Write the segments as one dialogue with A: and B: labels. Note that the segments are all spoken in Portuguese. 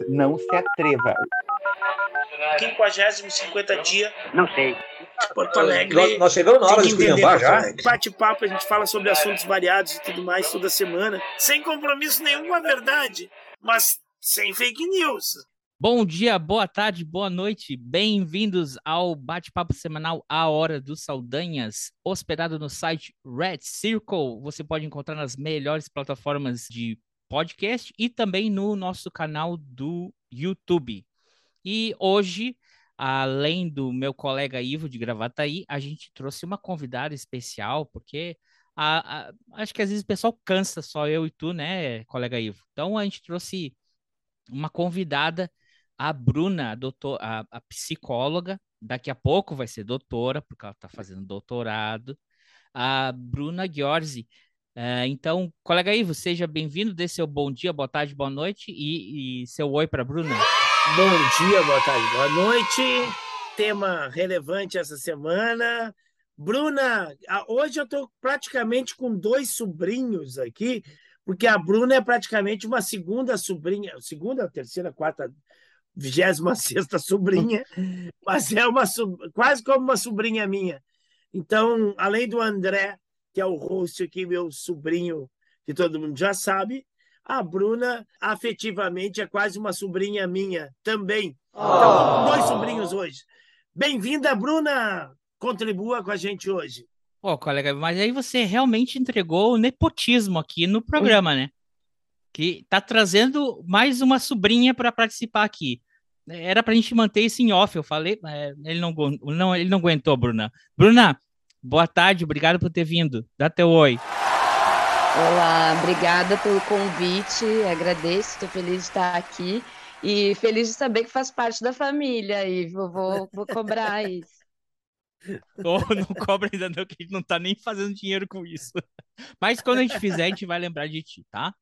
A: Não se atreva.
B: 50 dia.
A: Não sei.
B: Porto Alegre.
C: Nós chegamos na hora de esculhambar já.
B: Bate-papo, a gente fala sobre assuntos variados e tudo mais toda semana. Sem compromisso nenhum com a verdade, mas sem fake news.
D: Bom dia, boa tarde, boa noite. Bem-vindos ao bate-papo semanal A Hora dos Saldanhas, hospedado no site Red Circle. Você pode encontrar nas melhores plataformas de podcast e também no nosso canal do YouTube. E hoje, além do meu colega Ivo de Gravataí, a gente trouxe uma convidada especial, porque acho que às vezes o pessoal cansa só eu e tu, né, colega Ivo? Então a gente trouxe uma convidada, a Bruna, a psicóloga, daqui a pouco vai ser doutora, porque ela está fazendo doutorado, a Bruna Ghiorzi. Então, colega Ivo, seja bem-vindo, dê seu bom dia, boa tarde, boa noite e seu oi para a Bruna.
B: Bom dia, boa tarde, boa noite. Tema relevante essa semana. Bruna, hoje eu estou praticamente com 2 sobrinhos aqui, porque a Bruna é praticamente uma segunda sobrinha, segunda, terceira, quarta, 26ª sobrinha, mas é quase como uma sobrinha minha. Então, além do André, que é o host aqui, meu sobrinho, que todo mundo já sabe, a Bruna, afetivamente, é quase uma sobrinha minha também. Então, estou com 2 sobrinhos hoje. Bem-vinda, Bruna! Contribua com a gente hoje.
D: Pô, colega, mas aí você realmente entregou o nepotismo aqui no programa, né? Que tá trazendo mais uma sobrinha para participar aqui. Era pra gente manter isso em off, eu falei, ele não aguentou, Bruna. Bruna, boa tarde, obrigado por ter vindo. Dá teu oi.
E: Olá, obrigada pelo convite, agradeço, estou feliz de estar aqui e feliz de saber que faz parte da família e vou cobrar isso.
D: Não cobra ainda não, que a gente não tá nem fazendo dinheiro com isso. Mas quando a gente fizer, a gente vai lembrar de ti, tá?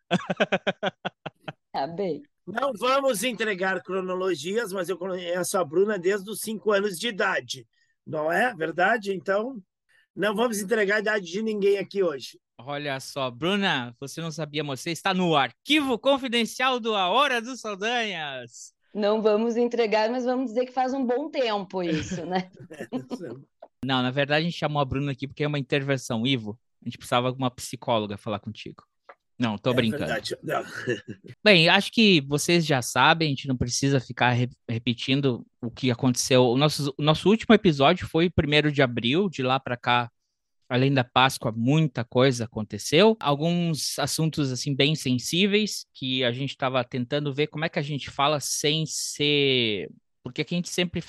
E: Tá bem.
B: Não vamos entregar cronologias, mas eu conheço a Bruna desde os 5 anos de idade. Não é verdade? Então, não vamos entregar a idade de ninguém aqui hoje.
D: Olha só, Bruna, você não sabia, você está no arquivo confidencial do A Hora dos Saldanhas.
E: Não vamos entregar, mas vamos dizer que faz um bom tempo isso, né?
D: Não, na verdade a gente chamou a Bruna aqui porque é uma intervenção, Ivo. A gente precisava de uma psicóloga falar contigo. Não, tô brincando.
B: Verdade. Não.
D: Bem, acho que vocês já sabem, a gente não precisa ficar repetindo o que aconteceu. O nosso último episódio foi 1º de abril, de lá para cá, além da Páscoa, muita coisa aconteceu. Alguns assuntos, assim, bem sensíveis, que a gente estava tentando ver como é que a gente fala sem ser... Porque a gente sempre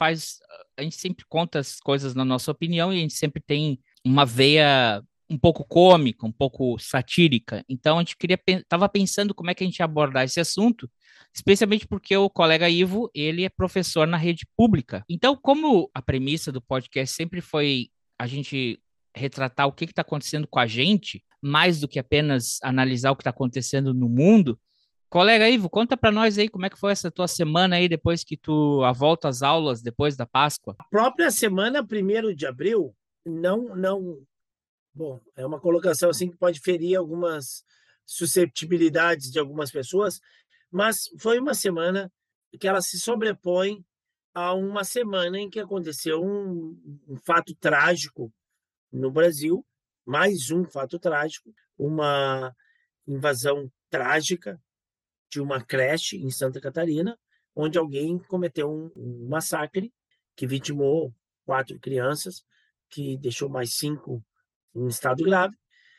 D: conta as coisas na nossa opinião e a gente sempre tem uma veia um pouco cômica, um pouco satírica. Então, a gente estava pensando como é que a gente ia abordar esse assunto, especialmente porque o colega Ivo, ele é professor na rede pública. Então, como a premissa do podcast sempre foi a gente retratar o que está acontecendo com a gente, mais do que apenas analisar o que está acontecendo no mundo, colega Ivo, conta para nós aí como é que foi essa tua semana aí depois que a volta às aulas, depois da Páscoa.
B: A própria semana, 1º de abril, não... Bom, é uma colocação assim que pode ferir algumas susceptibilidades de algumas pessoas, mas foi uma semana que ela se sobrepõe a uma semana em que aconteceu um fato trágico no Brasil, mais um fato trágico, uma invasão trágica de uma creche em Santa Catarina, onde alguém cometeu um massacre que vitimou 4 crianças, que deixou mais 5 em estado grave,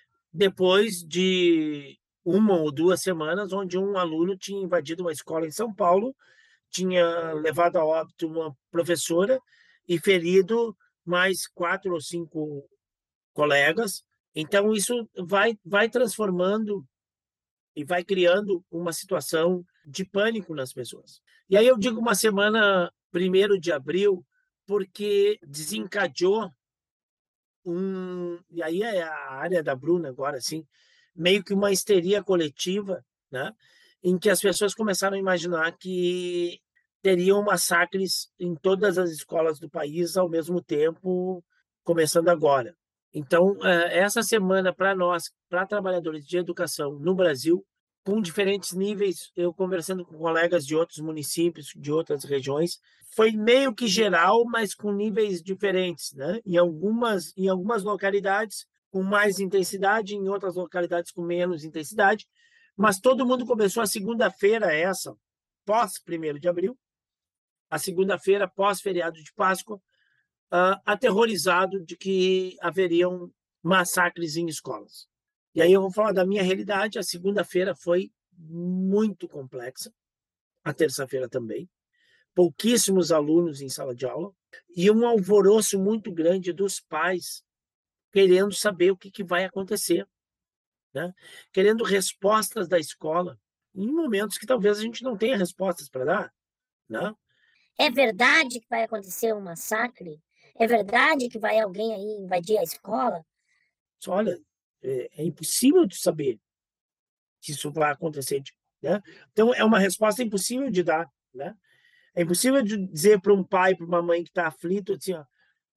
B: depois de 1 ou 2 semanas, onde um aluno tinha invadido uma escola em São Paulo, tinha levado a óbito uma professora e ferido mais 4 ou 5 colegas. Então, isso vai transformando e vai criando uma situação de pânico nas pessoas. E aí eu digo uma semana 1º de abril, porque desencadeou e aí é a área da Bruna agora, assim, meio que uma histeria coletiva, né? Em que as pessoas começaram a imaginar que teriam massacres em todas as escolas do país ao mesmo tempo, começando agora. Então, essa semana, para nós, para trabalhadores de educação no Brasil, com diferentes níveis, eu conversando com colegas de outros municípios, de outras regiões, foi meio que geral, mas com níveis diferentes, né? Em algumas localidades com mais intensidade, em outras localidades com menos intensidade, mas todo mundo começou a segunda-feira essa, pós 1º de abril, a segunda-feira pós feriado de Páscoa, aterrorizado de que haveriam massacres em escolas. E aí eu vou falar da minha realidade. A segunda-feira foi muito complexa, a terça-feira também. Pouquíssimos alunos em sala de aula e um alvoroço muito grande dos pais querendo saber o que vai acontecer, né? Querendo respostas da escola em momentos que talvez a gente não tenha respostas para dar, né?
A: É verdade que vai acontecer um massacre? É verdade que vai alguém aí invadir a escola?
B: Olha, é impossível de saber que isso vai acontecer, né? Então, é uma resposta impossível de dar, né? É impossível de dizer para um pai, para uma mãe que está aflito, assim, ó,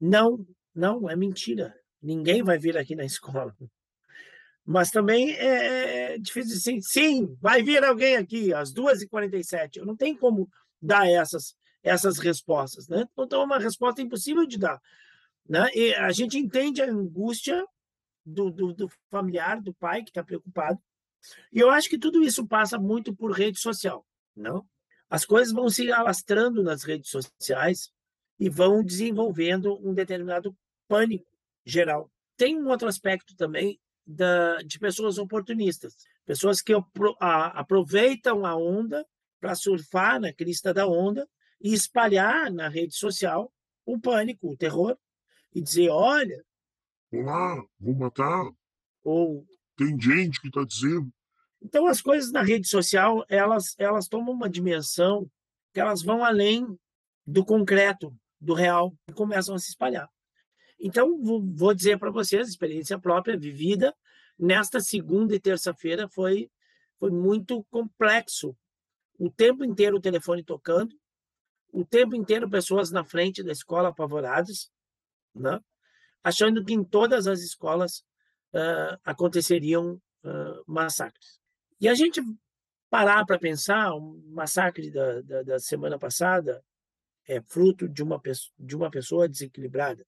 B: não, é mentira. Ninguém vai vir aqui na escola. Mas também é difícil assim, sim, vai vir alguém aqui às 2h47. Eu não tenho como dar essas respostas, né? Então, é uma resposta impossível de dar, né? E a gente entende a angústia do familiar, do pai que está preocupado. E eu acho que tudo isso passa muito por rede social, não? As coisas vão se alastrando nas redes sociais e vão desenvolvendo um determinado pânico geral. Tem um outro aspecto também de pessoas oportunistas, pessoas que aproveitam a onda para surfar na crista da onda e espalhar na rede social o pânico, o terror, e dizer, olha...
F: Olá, vou matar.
B: Ou...
F: Tem gente que está dizendo...
B: Então, as coisas na rede social, elas tomam uma dimensão que elas vão além do concreto, do real, e começam a se espalhar. Então, vou dizer para vocês, experiência própria, vivida, nesta segunda e terça-feira foi muito complexo. O tempo inteiro o telefone tocando, o tempo inteiro pessoas na frente da escola apavoradas, né? Achando que em todas as escolas aconteceriam massacres. E a gente parar para pensar, o massacre da semana passada é fruto de uma pessoa desequilibrada.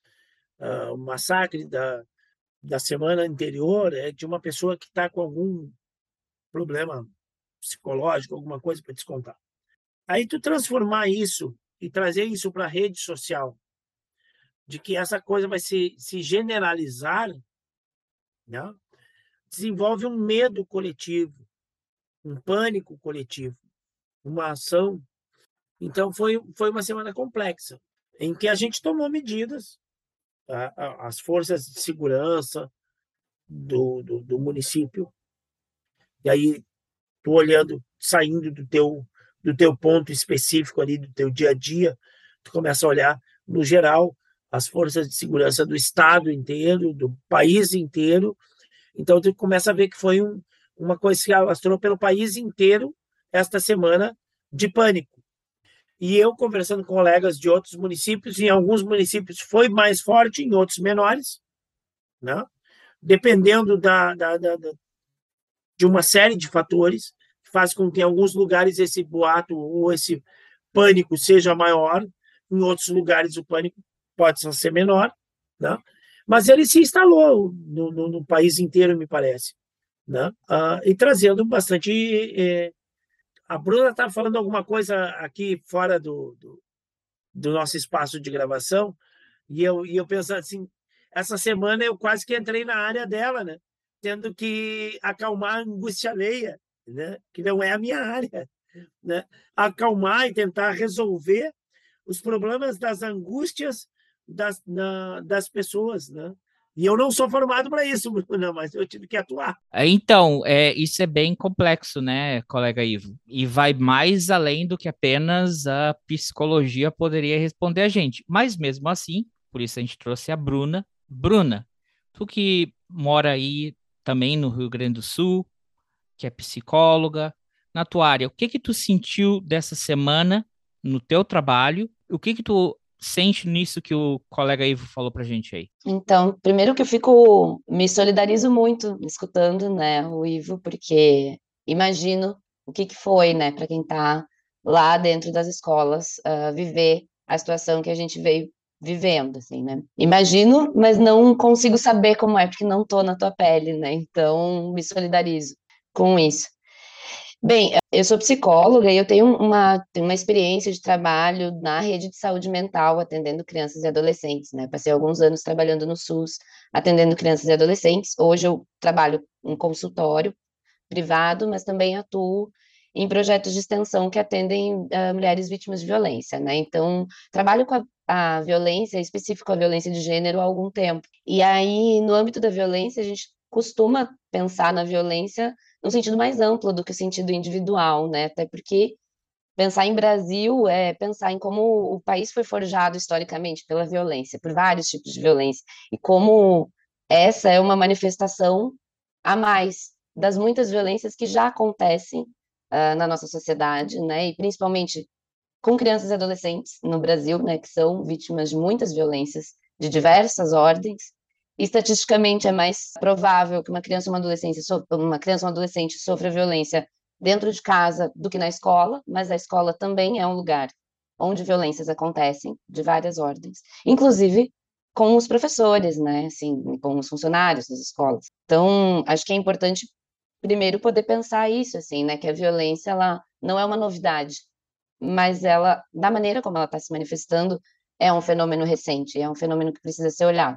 B: O massacre da semana anterior é de uma pessoa que está com algum problema psicológico, alguma coisa para descontar. Aí tu transformar isso e trazer isso para a rede social, de que essa coisa vai se generalizar, né? Desenvolve um medo coletivo, um pânico coletivo, uma ação. Então, foi uma semana complexa, em que a gente tomou medidas, as forças de segurança do município, e aí, tu olhando, saindo do teu ponto específico ali, do teu dia a dia, tu começa a olhar, no geral, as forças de segurança do estado inteiro, do país inteiro. Então, tu começa a ver que foi uma coisa que alastrou pelo país inteiro esta semana de pânico. E eu, conversando com colegas de outros municípios, em alguns municípios foi mais forte, em outros menores, né? Dependendo de uma série de fatores, que faz com que em alguns lugares esse boato ou esse pânico seja maior, em outros lugares o pânico pode ser menor, né? Mas ele se instalou no país inteiro, me parece, né? E trazendo bastante... A Bruna estava falando alguma coisa aqui fora do nosso espaço de gravação, e eu pensando assim, essa semana eu quase que entrei na área dela, né? Tendo que acalmar a angústia alheia, né? Que não é a minha área, né? Acalmar e tentar resolver os problemas das angústias das pessoas, né? E eu não sou formado para isso, Bruna, mas eu tive que atuar.
D: Então, isso é bem complexo, né, colega Ivo? E vai mais além do que apenas a psicologia poderia responder a gente. Mas mesmo assim, por isso a gente trouxe a Bruna. Bruna, tu que mora aí também no Rio Grande do Sul, que é psicóloga, na tua área, o que que tu sentiu dessa semana no teu trabalho? O que que tu sente nisso que o colega Ivo falou pra gente aí?
E: Então, primeiro que me solidarizo muito escutando, né, o Ivo, porque imagino o que foi, né, para quem está lá dentro das escolas, viver a situação que a gente veio vivendo, assim, né? Imagino, mas não consigo saber como é, porque não estou na tua pele, né? Então, me solidarizo com isso. Bem, eu sou psicóloga e eu tenho uma experiência de trabalho na rede de saúde mental, atendendo crianças e adolescentes, né? Passei alguns anos trabalhando no SUS, atendendo crianças e adolescentes. Hoje eu trabalho em consultório privado, mas também atuo em projetos de extensão que atendem mulheres vítimas de violência, né? Então, trabalho com a violência, em específico a violência de gênero, há algum tempo. E aí, no âmbito da violência, a gente costuma pensar na violência no sentido mais amplo do que o sentido individual, né? Até porque pensar em Brasil é pensar em como o país foi forjado historicamente pela violência, por vários tipos de violência, e como essa é uma manifestação a mais das muitas violências que já acontecem na nossa sociedade, né? E principalmente com crianças e adolescentes no Brasil, né? Que são vítimas de muitas violências de diversas ordens. Estatisticamente, é mais provável que uma criança ou um adolescente sofra violência dentro de casa do que na escola, mas a escola também é um lugar onde violências acontecem de várias ordens, inclusive com os professores, né, assim, com os funcionários das escolas. Então, acho que é importante primeiro poder pensar isso, assim, né, que a violência ela não é uma novidade, mas ela, da maneira como ela está se manifestando, é um fenômeno recente, é um fenômeno que precisa ser olhado.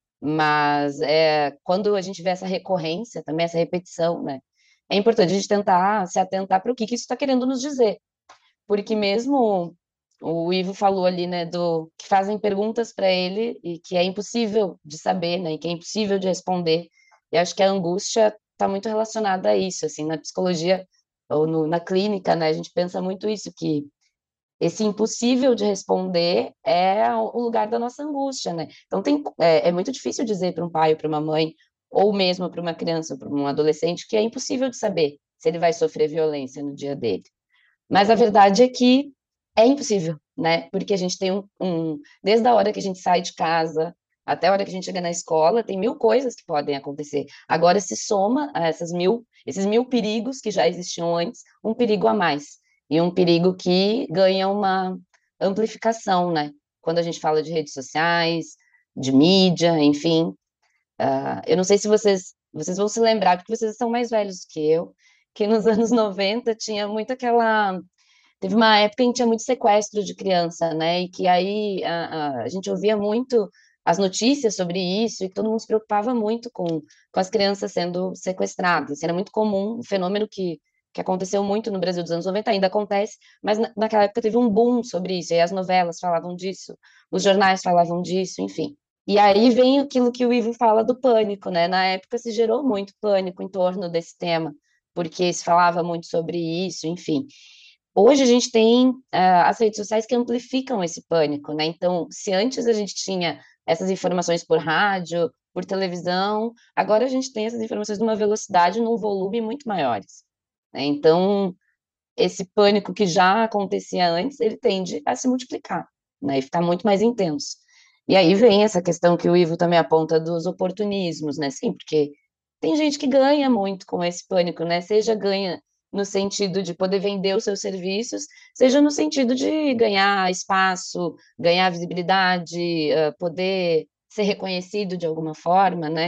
E: Mas quando a gente vê essa recorrência, também essa repetição, né, é importante a gente tentar se atentar para o que isso está querendo nos dizer. Porque mesmo o Ivo falou ali, né, do que fazem perguntas para ele e que é impossível de saber, né, e que é impossível de responder. E acho que a angústia está muito relacionada a isso, assim, na psicologia ou na clínica, né, a gente pensa muito isso, que esse impossível de responder é o lugar da nossa angústia, né? Então é muito difícil dizer para um pai ou para uma mãe, ou mesmo para uma criança, para um adolescente, que é impossível de saber se ele vai sofrer violência no dia dele. Mas a verdade é que é impossível, né? Porque a gente tem desde a hora que a gente sai de casa até a hora que a gente chega na escola, tem mil coisas que podem acontecer. Agora se soma a esses mil perigos que já existiam antes, um perigo a mais. E um perigo que ganha uma amplificação, né? Quando a gente fala de redes sociais, de mídia, enfim. Eu não sei se vocês vão se lembrar, porque vocês são mais velhos que nos anos 90 tinha muito aquela. Teve uma época em que tinha muito sequestro de criança, né? E que aí a gente ouvia muito as notícias sobre isso e todo mundo se preocupava muito com as crianças sendo sequestradas. Era muito comum, um fenômeno que aconteceu muito no Brasil dos anos 90, ainda acontece, mas naquela época teve um boom sobre isso, e as novelas falavam disso, os jornais falavam disso, enfim. E aí vem aquilo que o Ivo fala do pânico, né? Na época se gerou muito pânico em torno desse tema, porque se falava muito sobre isso, enfim. Hoje a gente tem as redes sociais que amplificam esse pânico, né? Então, se antes a gente tinha essas informações por rádio, por televisão, agora a gente tem essas informações numa velocidade, num volume muito maiores, né? Então, esse pânico que já acontecia antes, ele tende a se multiplicar, né? E ficar muito mais intenso. E aí vem essa questão que o Ivo também aponta dos oportunismos, né? Sim, porque tem gente que ganha muito com esse pânico, né? Seja ganha no sentido de poder vender os seus serviços, seja no sentido de ganhar espaço, ganhar visibilidade, poder ser reconhecido de alguma forma, né?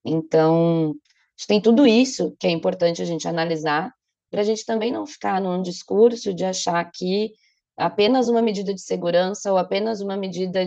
E: Então, tem tudo isso que é importante a gente analisar, para a gente também não ficar num discurso de achar que apenas uma medida de segurança ou apenas uma medida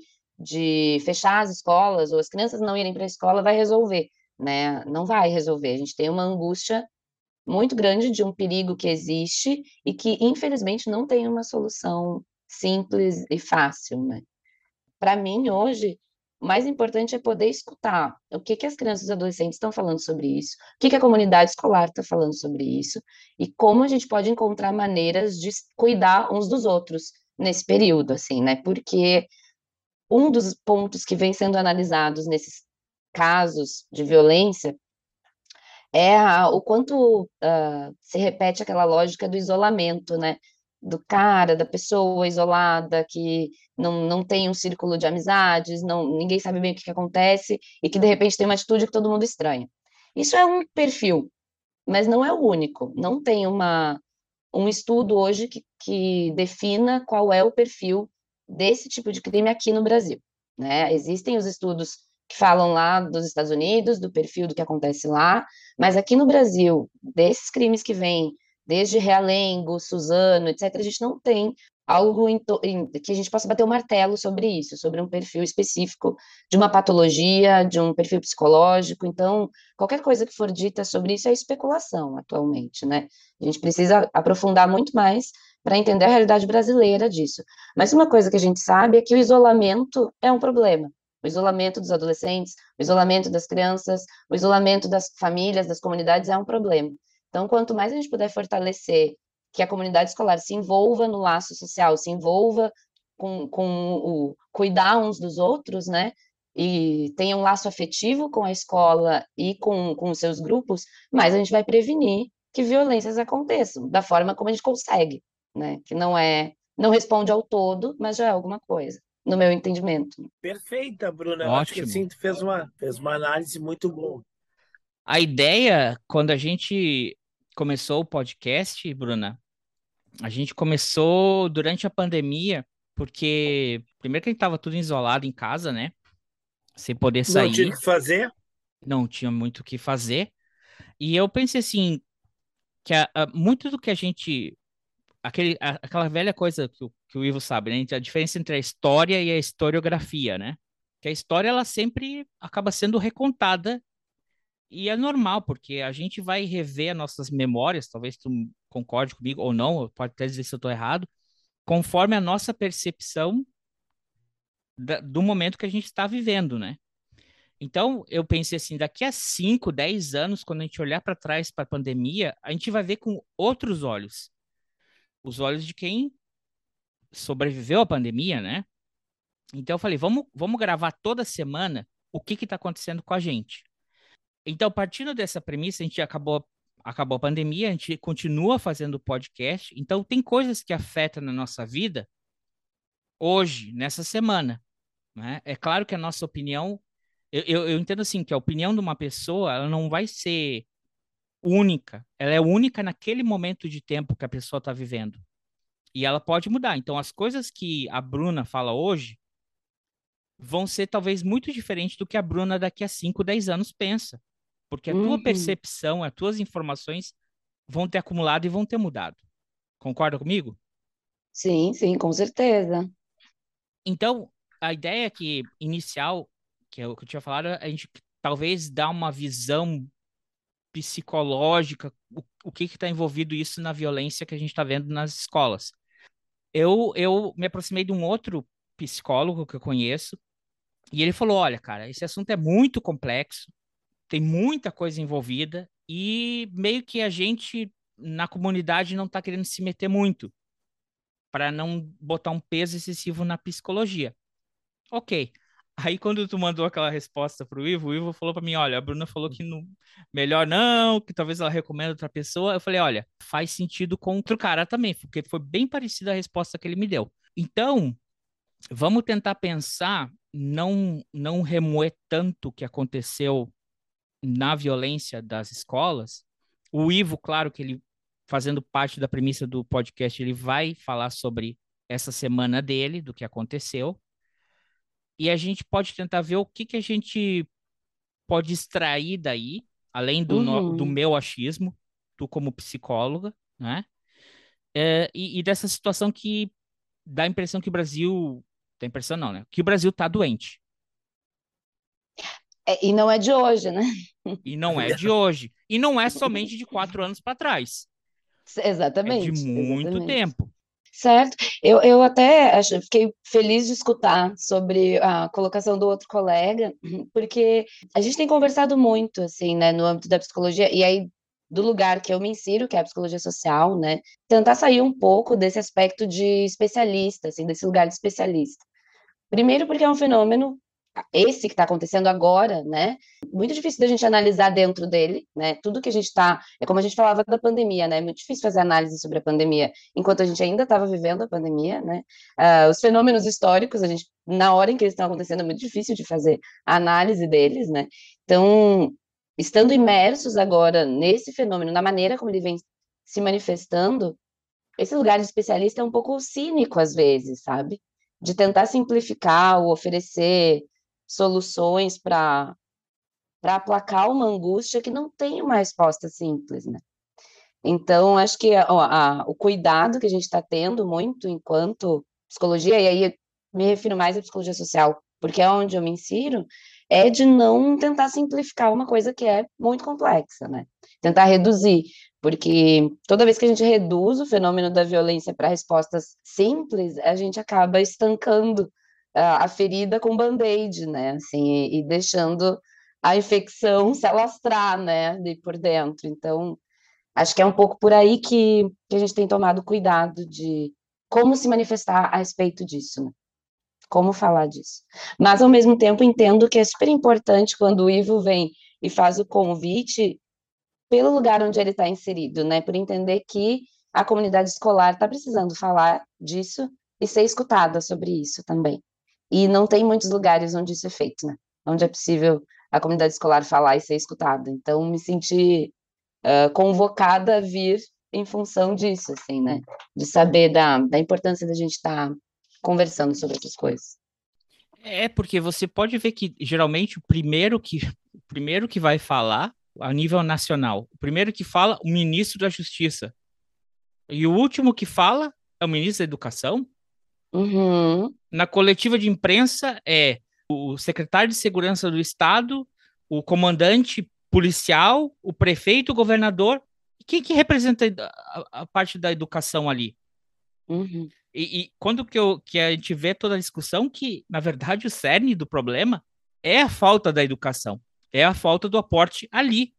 E: de fechar as escolas ou as crianças não irem para a escola vai resolver, né? Não vai resolver. A gente tem uma angústia muito grande de um perigo que existe e que, infelizmente, não tem uma solução simples e fácil, né? Para mim, hoje, o mais importante é poder escutar o que as crianças e adolescentes estão falando sobre isso, o que a comunidade escolar está falando sobre isso, e como a gente pode encontrar maneiras de cuidar uns dos outros nesse período, assim, né? Porque um dos pontos que vem sendo analisados nesses casos de violência é o quanto se repete aquela lógica do isolamento, né? Do cara, da pessoa isolada, que não tem um círculo de amizades, ninguém sabe bem o que acontece, e que de repente tem uma atitude que todo mundo estranha. Isso é um perfil, mas não é o único. Não tem um estudo hoje que defina qual é o perfil desse tipo de crime aqui no Brasil, né? Existem os estudos que falam lá dos Estados Unidos, do perfil do que acontece lá, mas aqui no Brasil, desses crimes que vêm desde Realengo, Suzano, etc., a gente não tem algo que a gente possa bater o martelo sobre isso, sobre um perfil específico de uma patologia, de um perfil psicológico. Então, qualquer coisa que for dita sobre isso é especulação atualmente, né? A gente precisa aprofundar muito mais para entender a realidade brasileira disso. Mas uma coisa que a gente sabe é que o isolamento é um problema. O isolamento dos adolescentes, o isolamento das crianças, o isolamento das famílias, das comunidades é um problema. Então, quanto mais a gente puder fortalecer que a comunidade escolar se envolva no laço social, se envolva com o cuidar uns dos outros, né? E tenha um laço afetivo com a escola e com os seus grupos, mais a gente vai prevenir que violências aconteçam, da forma como a gente consegue, né? Que não responde ao todo, mas já é alguma coisa, no meu entendimento.
B: Perfeita, Bruna. Eu acho que
D: Ótimo.
B: assim, tu fez uma análise muito boa.
D: A ideia, quando a gente começou o podcast, Bruna, a gente começou durante a pandemia, porque primeiro que a gente estava tudo isolado em casa, né? Sem poder
B: Não tinha
D: sair,
B: o que fazer?
D: não tinha muito o que fazer. E eu pensei assim, que muito do que a gente. Aquela velha coisa que o Ivo sabe, né? A diferença entre a história e a historiografia, né? Que a história, ela sempre acaba sendo recontada. E é normal, porque a gente vai rever as nossas memórias, talvez tu concorde comigo ou não, pode até dizer se eu estou errado, conforme a nossa percepção do momento que a gente está vivendo, né? Então, eu pensei assim, daqui a 5, 10 anos, quando a gente olhar para trás para a pandemia, a gente vai ver com outros olhos. Os olhos de quem sobreviveu à pandemia, né? Então, eu falei, vamos gravar toda semana o que está acontecendo com a gente. Então, partindo dessa premissa, a gente acabou a pandemia, a gente continua fazendo podcast. Então, tem coisas que afetam na nossa vida hoje, nessa semana, né? É claro que a nossa opinião, eu entendo assim, que a opinião de uma pessoa, ela não vai ser única. Ela é única naquele momento de tempo que a pessoa está vivendo. E ela pode mudar. Então, as coisas que a Bruna fala hoje vão ser talvez muito diferentes do que a Bruna daqui a 5, 10 anos pensa. Porque a tua
E: Uhum.
D: percepção, as tuas informações vão ter acumulado e vão ter mudado. Concorda comigo?
E: Sim, sim, com certeza.
D: Então, a ideia que inicial, que é o que eu tinha falado, é a gente talvez dar uma visão psicológica, o que está envolvido isso na violência que a gente está vendo nas escolas. Eu me aproximei de um outro psicólogo que eu conheço, e ele falou: olha, cara, esse assunto é muito complexo, tem muita coisa envolvida, e meio que a gente, na comunidade, não está querendo se meter muito, para não botar um peso excessivo na psicologia. Ok. Aí quando tu mandou aquela resposta pro Ivo, o Ivo falou para mim, olha, a Bruna falou que não, melhor não, que talvez ela recomenda outra pessoa. Eu falei, olha, faz sentido com outro cara também, porque foi bem parecida a resposta que ele me deu. Então, vamos tentar pensar, não remoer tanto o que aconteceu na violência das escolas. O Ivo, claro que ele, fazendo parte da premissa do podcast, ele vai falar sobre essa semana dele, do que aconteceu. E a gente pode tentar ver o que a gente pode extrair daí, além do
E: Uhum.
D: meu achismo, tu como psicóloga, né? E dessa situação que dá a impressão que o Brasil. Dá a impressão não, né? Que o Brasil tá doente.
E: E não é de hoje, né?
D: E não é de hoje. E não é somente de 4 anos para trás. É de
E: Exatamente,
D: muito
E: exatamente.
D: tempo.
E: Certo. Eu até fiquei feliz de escutar sobre a colocação do outro colega, porque a gente tem conversado muito, assim, né, no âmbito da psicologia, e aí do lugar que eu me insiro, que é a psicologia social, né, tentar sair um pouco desse aspecto de especialista, assim, desse lugar de especialista. Primeiro porque é um fenômeno, esse que está acontecendo agora, né, muito difícil da gente analisar dentro dele, né, tudo que a gente está, é como a gente falava da pandemia, né, é muito difícil fazer análise sobre a pandemia, enquanto a gente ainda estava vivendo a pandemia, né, os fenômenos históricos, a gente, na hora em que eles estão acontecendo, é muito difícil de fazer a análise deles, né, então, estando imersos agora nesse fenômeno, na maneira como ele vem se manifestando, esse lugar de especialista é um pouco cínico às vezes, sabe? De tentar simplificar ou oferecer soluções para aplacar uma angústia que não tem uma resposta simples, né? Então, acho que o cuidado que a gente está tendo muito enquanto psicologia, e aí me refiro mais à psicologia social, porque é onde eu me insiro, é de não tentar simplificar uma coisa que é muito complexa, né? Tentar reduzir, porque toda vez que a gente reduz o fenômeno da violência para respostas simples, a gente acaba estancando a ferida com band-aid, né? Assim, e deixando a infecção se alastrar, né? De por dentro. Então, acho que é um pouco por aí que a gente tem tomado cuidado de como se manifestar a respeito disso, né? Como falar disso. Mas, ao mesmo tempo, entendo que é super importante quando o Ivo vem e faz o convite pelo lugar onde ele está inserido, né? Por entender que a comunidade escolar está precisando falar disso e ser escutada sobre isso também. E não tem muitos lugares onde isso é feito, né? Onde é possível a comunidade escolar falar e ser escutada. Então, me senti convocada a vir em função disso, assim, né? De saber da importância da gente estar conversando sobre essas coisas.
D: É, porque você pode ver que geralmente o primeiro que vai falar a nível nacional, o primeiro que fala, o ministro da Justiça. E o último que fala é o ministro da Educação.
E: Uhum.
D: Na coletiva de imprensa é o secretário de Segurança do Estado, o comandante policial, o prefeito, o governador. Quem que representa a parte da educação ali?
E: Uhum.
D: E quando que a gente vê toda a discussão que, na verdade, o cerne do problema é a falta da educação, é a falta do aporte ali.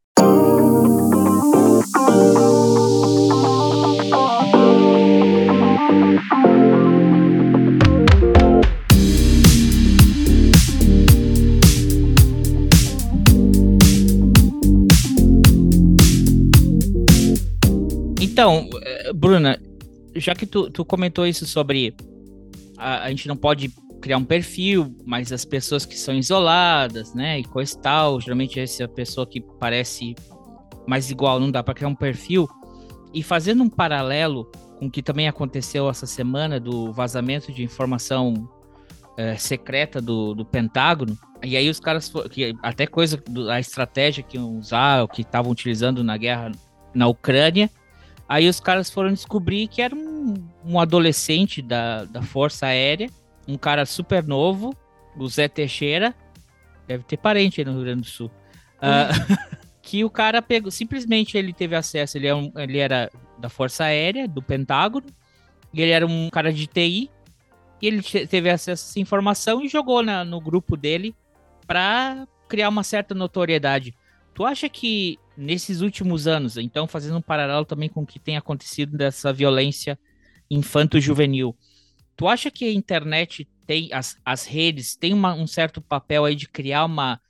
D: Então, Bruna, já que tu comentou isso sobre a gente não pode criar um perfil, mas as pessoas que são isoladas, né, e coisa e tal, geralmente essa pessoa que parece mais igual, não dá para criar um perfil. E fazendo um paralelo com o que também aconteceu essa semana do vazamento de informação secreta do Pentágono, e aí os caras, que até coisa da estratégia que iam usar, o que estavam utilizando na guerra na Ucrânia, aí os caras foram descobrir que era um adolescente da Força Aérea, um cara super novo, o Zé Teixeira, deve ter parente aí no Rio Grande do Sul, que o cara pegou, simplesmente ele teve acesso, ele era da Força Aérea, do Pentágono, e ele era um cara de TI, e ele teve acesso a essa informação e jogou no grupo dele para criar uma certa notoriedade. Tu acha que nesses últimos anos, então fazendo um paralelo também com o que tem acontecido dessa violência infanto-juvenil, tu acha que a internet tem, as redes têm um certo papel aí de criar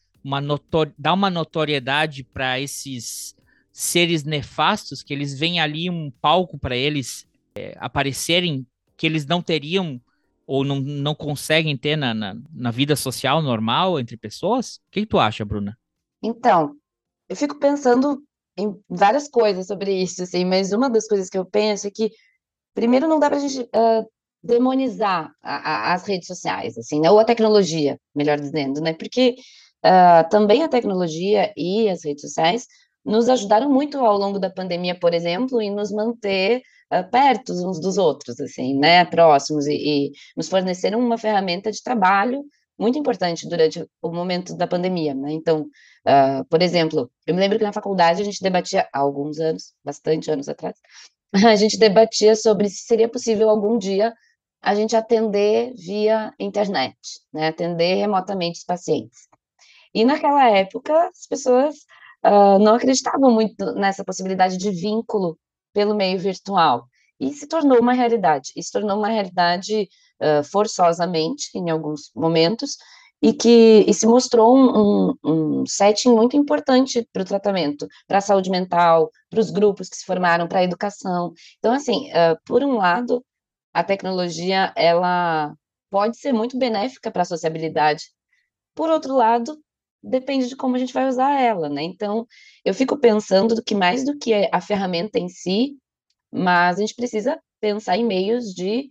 D: dar uma notoriedade para esses seres nefastos, que eles veem ali um palco para eles aparecerem, que eles não teriam ou não conseguem ter na vida social normal entre pessoas? O que tu acha, Bruna?
E: Então, eu fico pensando em várias coisas sobre isso, assim, mas uma das coisas que eu penso é que, primeiro, não dá para a gente demonizar as redes sociais, assim, né? Ou a tecnologia, melhor dizendo, né? Porque também a tecnologia e as redes sociais nos ajudaram muito ao longo da pandemia, por exemplo, em nos manter perto uns dos outros, assim, né? Próximos e nos forneceram uma ferramenta de trabalho muito importante durante o momento da pandemia, né? Então, por exemplo, eu me lembro que na faculdade a gente debatia há alguns anos, bastante anos atrás, a gente debatia sobre se seria possível algum dia a gente atender via internet, né? Atender remotamente os pacientes. E naquela época as pessoas não acreditavam muito nessa possibilidade de vínculo pelo meio virtual. E se tornou uma realidade. E se tornou uma realidade forçosamente, em alguns momentos, e se mostrou um setting muito importante para o tratamento, para a saúde mental, para os grupos que se formaram, para a educação. Então, assim, por um lado, a tecnologia, ela pode ser muito benéfica para a sociabilidade. Por outro lado, depende de como a gente vai usar ela, né? Então, eu fico pensando que mais do que a ferramenta em si, mas a gente precisa pensar em meios de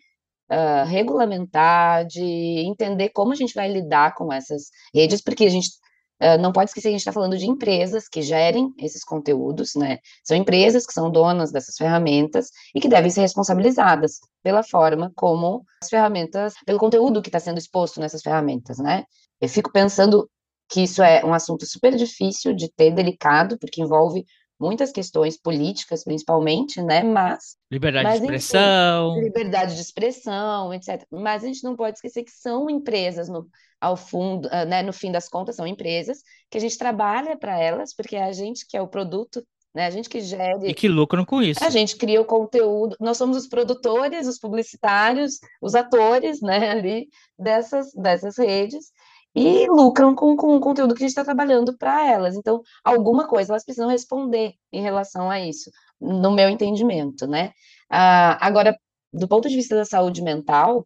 E: regulamentar, de entender como a gente vai lidar com essas redes, porque a gente não pode esquecer que a gente está falando de empresas que gerem esses conteúdos, né? São empresas que são donas dessas ferramentas e que devem ser responsabilizadas pela forma como as ferramentas, pelo conteúdo que está sendo exposto nessas ferramentas, né? Eu fico pensando que isso é um assunto super difícil de ter, delicado, porque envolve muitas questões políticas, principalmente, né?
D: Liberdade de
E: Mas enfim,
D: expressão.
E: liberdade de expressão, etc. Mas a gente não pode esquecer que são empresas, ao fundo, né, no fim das contas, são empresas que a gente trabalha para elas, porque é a gente que é o produto, né, a gente que
D: E
E: gere,
D: que lucram com
E: a
D: isso.
E: gente cria o conteúdo, nós somos os produtores, os publicitários, os atores, né, ali dessas redes, e lucram com o conteúdo que a gente está trabalhando para elas. Então, alguma coisa elas precisam responder em relação a isso, no meu entendimento, né? Agora, do ponto de vista da saúde mental,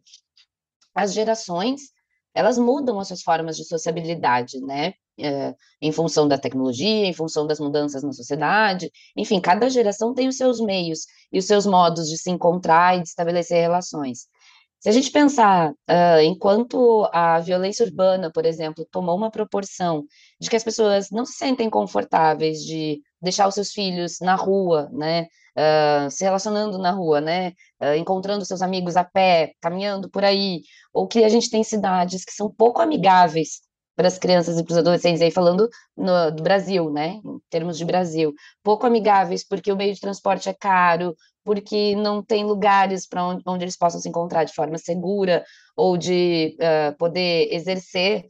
E: as gerações, elas mudam as suas formas de sociabilidade, né? Em função da tecnologia, em função das mudanças na sociedade, enfim, cada geração tem os seus meios e os seus modos de se encontrar e de estabelecer relações. Se a gente pensar, enquanto a violência urbana, por exemplo, tomou uma proporção de que as pessoas não se sentem confortáveis de deixar os seus filhos na rua, né, se relacionando na rua, né, encontrando seus amigos a pé, caminhando por aí, ou que a gente tem cidades que são pouco amigáveis para as crianças e para os adolescentes, aí falando do Brasil, né, em termos de Brasil, pouco amigáveis porque o meio de transporte é caro, porque não tem lugares para onde eles possam se encontrar de forma segura ou de poder exercer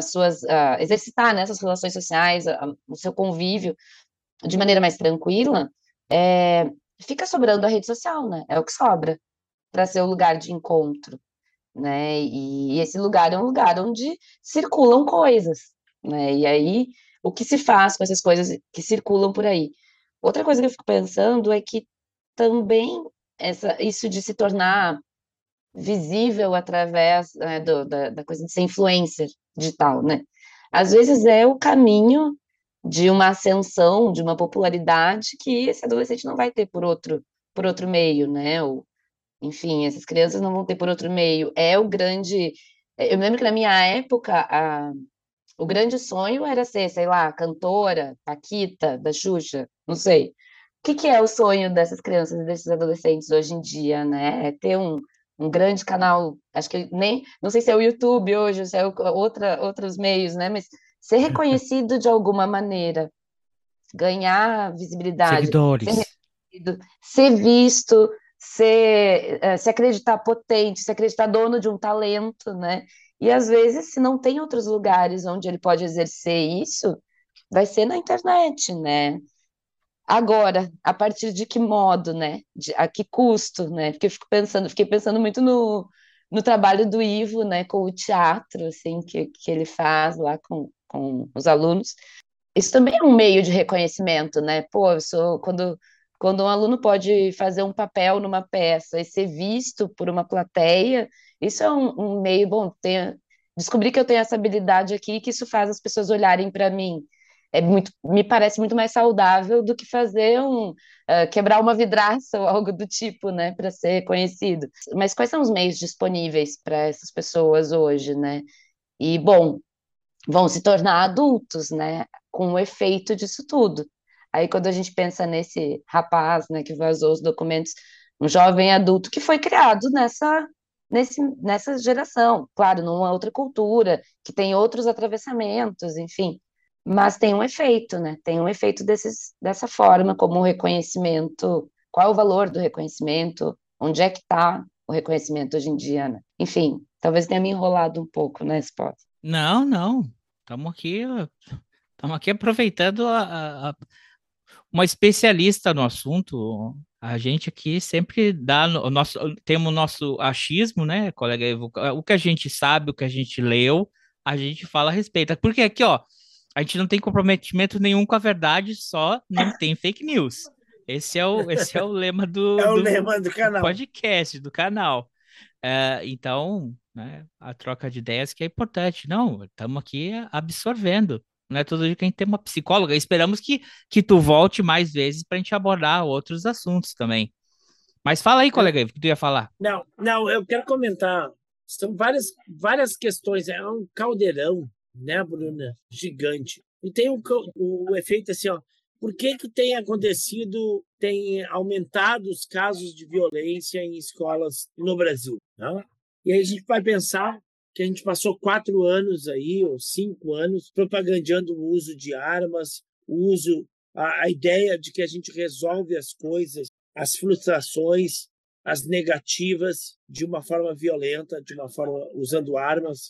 E: exercitar nessas relações sociais, o seu convívio de maneira mais tranquila, fica sobrando a rede social, né? É o que sobra para ser o lugar de encontro, né? E esse lugar é um lugar onde circulam coisas, né? E aí, o que se faz com essas coisas que circulam por aí? Outra coisa que eu fico pensando é que também isso de se tornar visível através, né, da coisa de ser influencer digital, né? Às vezes é o caminho de uma ascensão, de uma popularidade que esse adolescente não vai ter por outro meio, né? Ou, enfim, essas crianças não vão ter por outro meio. É o grande. Eu me lembro que na minha época, o grande sonho era ser, sei lá, cantora, Paquita, da Xuxa, não sei. O que é o sonho dessas crianças e desses adolescentes hoje em dia, né? É ter um grande canal, acho que nem, não sei se é o YouTube hoje, ou se é outros meios, né? Mas ser reconhecido de alguma maneira, ganhar visibilidade, ser
D: Seguidores.
E: reconhecido, ser visto, se acreditar potente, se acreditar dono de um talento, né? E às vezes, se não tem outros lugares onde ele pode exercer isso, vai ser na internet, né? Agora, a partir de que modo, né? A que custo, né? Porque fiquei pensando muito no trabalho do Ivo, né? Com o teatro, assim, que ele faz lá com os alunos. Isso também é um meio de reconhecimento, né? Pô, quando um aluno pode fazer um papel numa peça e ser visto por uma plateia, isso é um meio, bom, descobrir que eu tenho essa habilidade aqui, que isso faz as pessoas olharem para mim. Me parece muito mais saudável do que fazer quebrar uma vidraça ou algo do tipo, né, para ser conhecido. Mas quais são os meios disponíveis para essas pessoas hoje, né? E, bom, vão se tornar adultos, né, com o efeito disso tudo. Aí, quando a gente pensa nesse rapaz, né, que vazou os documentos, um jovem adulto que foi criado nessa geração, claro, numa outra cultura, que tem outros atravessamentos, enfim, mas tem um efeito, né, tem um efeito dessa forma, como o reconhecimento, qual é o valor do reconhecimento, onde é que está o reconhecimento hoje em dia, né? Enfim, talvez tenha me enrolado um pouco, né, Spot?
D: Não, não. Estamos aqui aproveitando uma especialista no assunto. A gente aqui sempre dá temos o nosso achismo, né, colega Evo? O que a gente sabe, o que a gente leu, a gente fala a respeito. Porque aqui, ó, a gente não tem comprometimento nenhum com a verdade, só não tem fake news. Esse é o lema
B: É
D: do,
B: o
D: do,
B: lema do
D: do
B: canal.
D: podcast, do canal. Então, né, a troca de ideias que é importante. Não, estamos aqui absorvendo, Não é todo dia que a gente tem uma psicóloga. Esperamos que tu volte mais vezes para a gente abordar outros assuntos também. Mas fala aí, colega, o que tu ia falar?
B: Não, eu quero comentar. São várias questões. É um caldeirão, né, Bruna? Gigante. E tem o efeito assim, ó. Por que tem acontecido, tem aumentado os casos de violência em escolas no Brasil? Né? E aí a gente vai pensar que a gente passou 4 anos aí, ou 5 anos, propagandeando o uso de armas, a ideia de que a gente resolve as coisas, as frustrações, as negativas de uma forma violenta, de uma forma usando armas,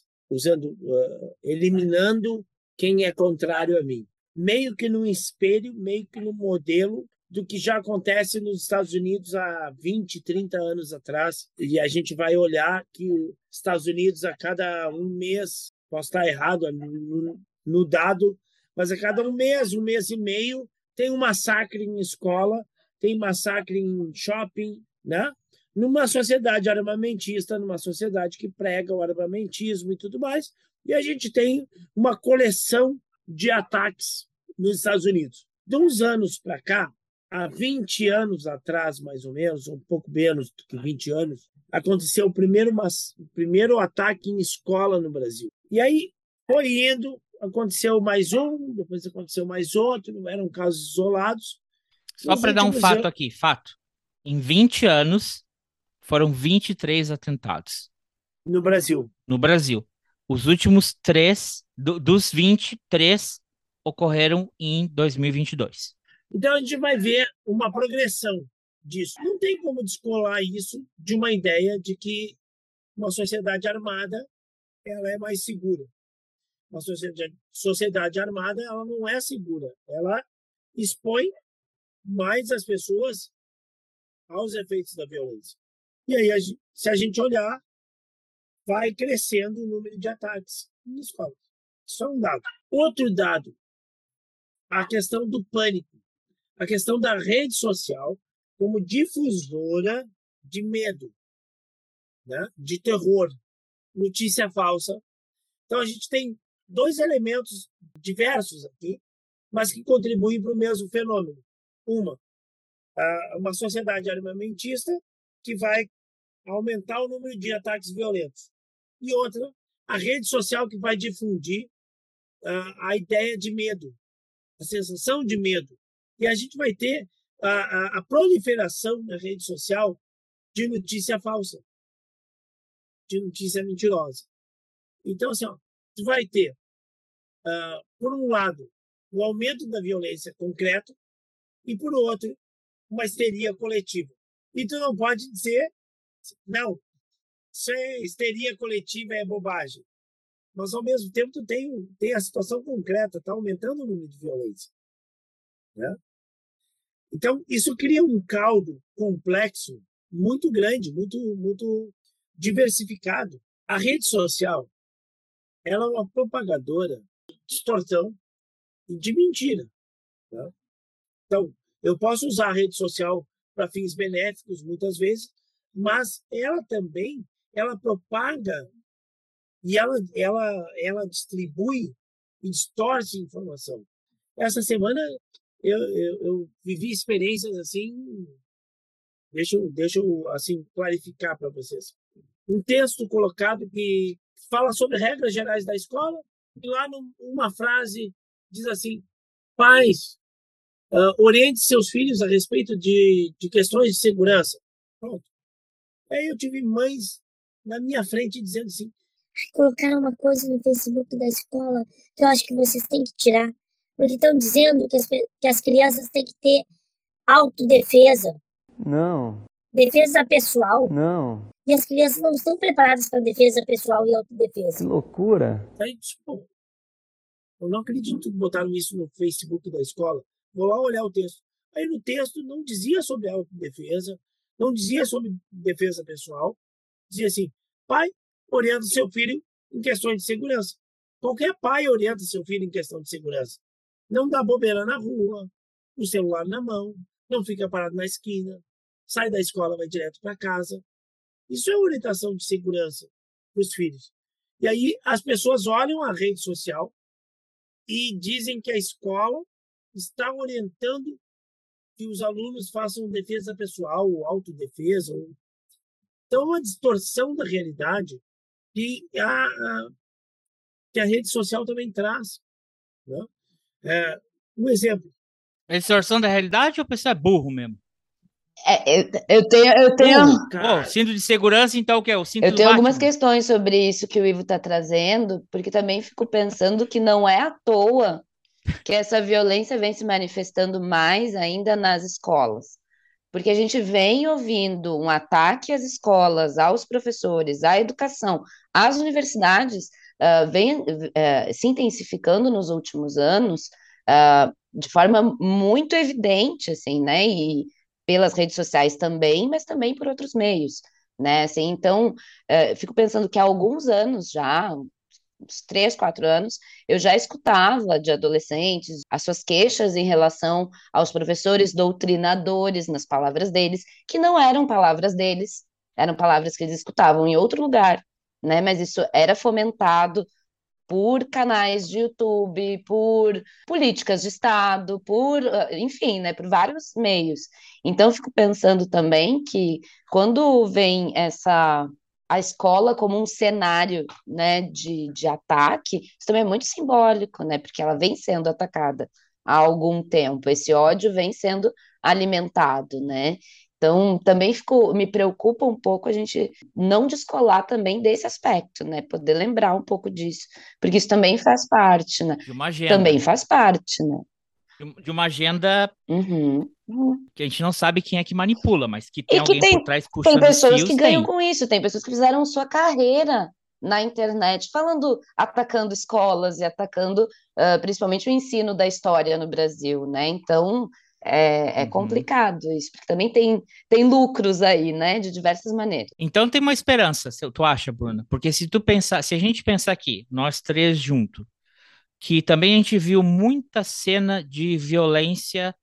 B: eliminando quem é contrário a mim. Meio que num espelho, meio que num modelo do que já acontece nos Estados Unidos há 20, 30 anos atrás. E a gente vai olhar que os Estados Unidos, a cada um mês, posso estar errado no dado, mas a cada um mês e meio, tem um massacre em escola, tem massacre em shopping, né? Numa sociedade armamentista, numa sociedade que prega o armamentismo e tudo mais. E a gente tem uma coleção de ataques nos Estados Unidos. De uns anos para cá, há 20 anos atrás, mais ou menos, um pouco menos do que 20 anos, aconteceu o primeiro ataque em escola no Brasil. E aí foi indo, aconteceu mais um, depois aconteceu mais outro, não eram casos isolados.
D: Só para dar um fato aqui, fato. Em 20 anos, foram 23 atentados.
B: No Brasil.
D: No Brasil. Os últimos 3, dos 23, ocorreram em 2022.
B: Então, a gente vai ver uma progressão disso. Não tem como descolar isso de uma ideia de que uma sociedade armada ela é mais segura. Uma sociedade armada ela não é segura. Ela expõe mais as pessoas aos efeitos da violência. E aí, se a gente olhar, vai crescendo o número de ataques em escolas. Isso é um dado. Outro dado, a questão do pânico, a questão da rede social como difusora de medo, né? De terror, notícia falsa. Então, a gente tem 2 elementos diversos aqui, mas que contribuem para o mesmo fenômeno. Uma sociedade armamentista que vai aumentar o número de ataques violentos. E outra, a rede social que vai difundir a ideia de medo, a sensação de medo. E a gente vai ter a proliferação na rede social de notícia falsa, de notícia mentirosa. Então, assim, tu vai ter, por um lado, o aumento da violência concreta e, por outro, uma histeria coletiva. E tu não pode dizer, não, isso é histeria coletiva, é bobagem. Mas, ao mesmo tempo, tu tem a situação concreta, está aumentando o número de violência. Né? Então, isso cria um caldo complexo muito grande, muito diversificado. A rede social ela é uma propagadora de distorção e de mentira. Né? Então, eu posso usar a rede social para fins benéficos, muitas vezes, mas ela também propaga e ela distribui e distorce informação. Essa semana eu vivi experiências assim, deixa eu assim clarificar para vocês. Um texto colocado que fala sobre regras gerais da escola e lá numa frase diz assim: pais, oriente seus filhos a respeito de questões de segurança. Pronto. Aí eu tive mães na minha frente dizendo assim:
A: colocaram uma coisa no Facebook da escola que eu acho que vocês têm que tirar, porque estão dizendo que as crianças têm que ter autodefesa.
G: Não.
A: Defesa pessoal.
G: Não.
A: E as crianças não estão preparadas para defesa pessoal e autodefesa.
G: Que loucura.
B: Aí, tipo, eu não acredito que botaram isso no Facebook da escola. Vou lá olhar o texto. Aí no texto não dizia sobre autodefesa, não dizia sobre defesa pessoal. Dizia assim: pai, orienta seu filho em questões de segurança. Qualquer pai orienta seu filho em questão de segurança. Não dá bobeira na rua, o celular na mão, não fica parado na esquina, sai da escola, vai direto para casa. Isso é orientação de segurança para os filhos. E aí as pessoas olham a rede social e dizem que a escola está orientando que os alunos façam defesa pessoal ou autodefesa. Então, uma distorção da realidade que a rede social também traz, né? Um exemplo.
D: É distorção da realidade ou a pessoa é burro mesmo?
E: Eu tenho,
B: Burro, cara.
D: Cinto de segurança, então o que é? O cinto
E: eu
D: do
E: tenho algumas
D: Batman?
E: questões sobre isso que o Ivo está trazendo, porque também fico pensando que não é à toa que essa violência vem se manifestando mais ainda nas escolas. Porque a gente vem ouvindo um ataque às escolas, aos professores, à educação, às universidades, vem se intensificando nos últimos anos, de forma muito evidente, assim, né? E pelas redes sociais também, mas também por outros meios, né? Assim, então, fico pensando que há alguns anos já, uns 3, 4 anos, eu já escutava de adolescentes as suas queixas em relação aos professores doutrinadores, nas palavras deles, que não eram palavras deles, eram palavras que eles escutavam em outro lugar, né? Mas isso era fomentado por canais de YouTube, por políticas de Estado, enfim, né, por vários meios. Então, eu fico pensando também que quando vem a escola como um cenário, né, de ataque, isso também é muito simbólico, né, porque ela vem sendo atacada há algum tempo, esse ódio vem sendo alimentado, né? Então, também me preocupa um pouco a gente não descolar também desse aspecto, né? Poder lembrar um pouco disso, porque isso também faz parte, né?
D: De uma agenda.
E: Também faz parte, né?
D: De uma agenda
E: Uhum.
D: que a gente não sabe quem é que manipula, mas que tem
E: E que
D: alguém por
E: tem,
D: trás
E: tem
D: puxando os
E: pessoas que
D: fios,
E: ganham
D: tem.
E: com isso, tem pessoas que fizeram sua carreira na internet, atacando escolas e atacando principalmente o ensino da história no Brasil, né? Então é
D: Uhum.
E: complicado isso, porque também tem lucros aí, né? De diversas maneiras.
D: Então tem uma esperança, tu acha, Bruna? Porque se a gente pensar aqui, nós três juntos, que também a gente viu muita cena de violência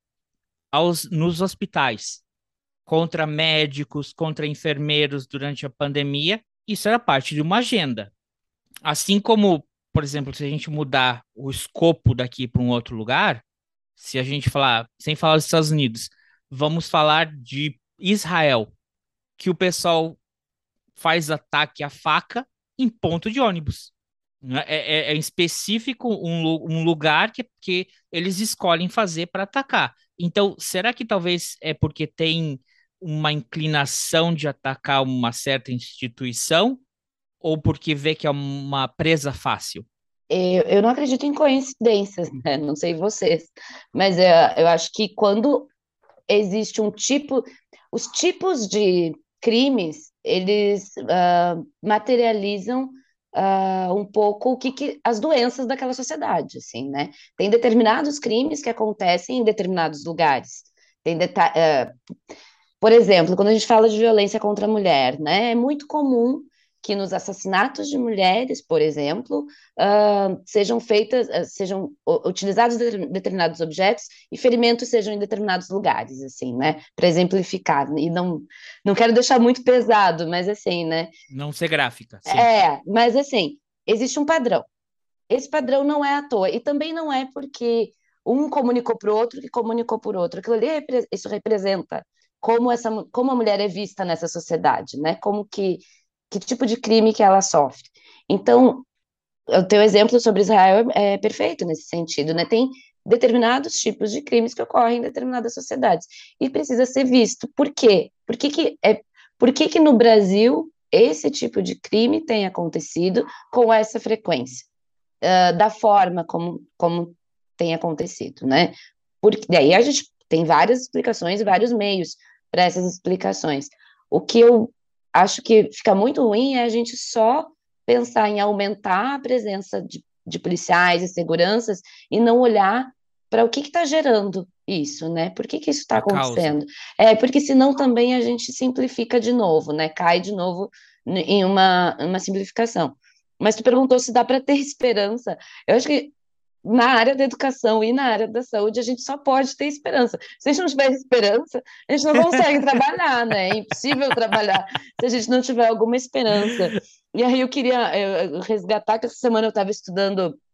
D: nos hospitais, contra médicos, contra enfermeiros durante a pandemia, isso era parte de uma agenda. Assim como, por exemplo, se a gente mudar o escopo daqui para um outro lugar, se a gente falar, sem falar dos Estados Unidos, vamos falar de Israel, que o pessoal faz ataque à faca em ponto de ônibus. Né? É em específico um lugar que eles escolhem fazer para atacar. Então, será que talvez é porque tem uma inclinação de atacar uma certa instituição ou porque vê que é uma presa fácil?
E: Eu não acredito em coincidências, né? Não sei vocês, mas eu acho que quando existe os tipos de crimes, eles materializam um pouco as doenças daquela sociedade, assim, né? Tem determinados crimes que acontecem em determinados lugares. Por exemplo, quando a gente fala de violência contra a mulher, né, é muito comum que nos assassinatos de mulheres, por exemplo, sejam utilizados determinados objetos e ferimentos sejam em determinados lugares, assim, né, para exemplificar. E não quero deixar muito pesado, mas assim, né.
D: Não ser gráfica, sim.
E: Mas assim, existe um padrão. Esse padrão não é à toa, e também não é porque um comunicou para o outro que comunicou por outro. Aquilo ali, isso representa como a mulher é vista nessa sociedade, né? Que tipo de crime que ela sofre. Então, o teu exemplo sobre Israel é perfeito nesse sentido, né? Tem determinados tipos de crimes que ocorrem em determinadas sociedades e precisa ser visto. Por quê? Por que no Brasil esse tipo de crime tem acontecido com essa frequência? Da forma como tem acontecido, né? Porque daí a gente tem várias explicações e vários meios para essas explicações. O que eu acho que fica muito ruim é a gente só pensar em aumentar a presença de policiais e seguranças e não olhar para o que está gerando isso, né? Por que isso está
D: A causa.
E: acontecendo? Porque senão também a gente simplifica de novo, né? Cai de novo em uma simplificação. Mas tu perguntou se dá para ter esperança. Eu acho que na área da educação e na área da saúde a gente só pode ter esperança. Se a gente não tiver esperança, a gente não consegue trabalhar, né? É impossível trabalhar se a gente não tiver alguma esperança. E aí eu queria resgatar que essa semana eu estava estudando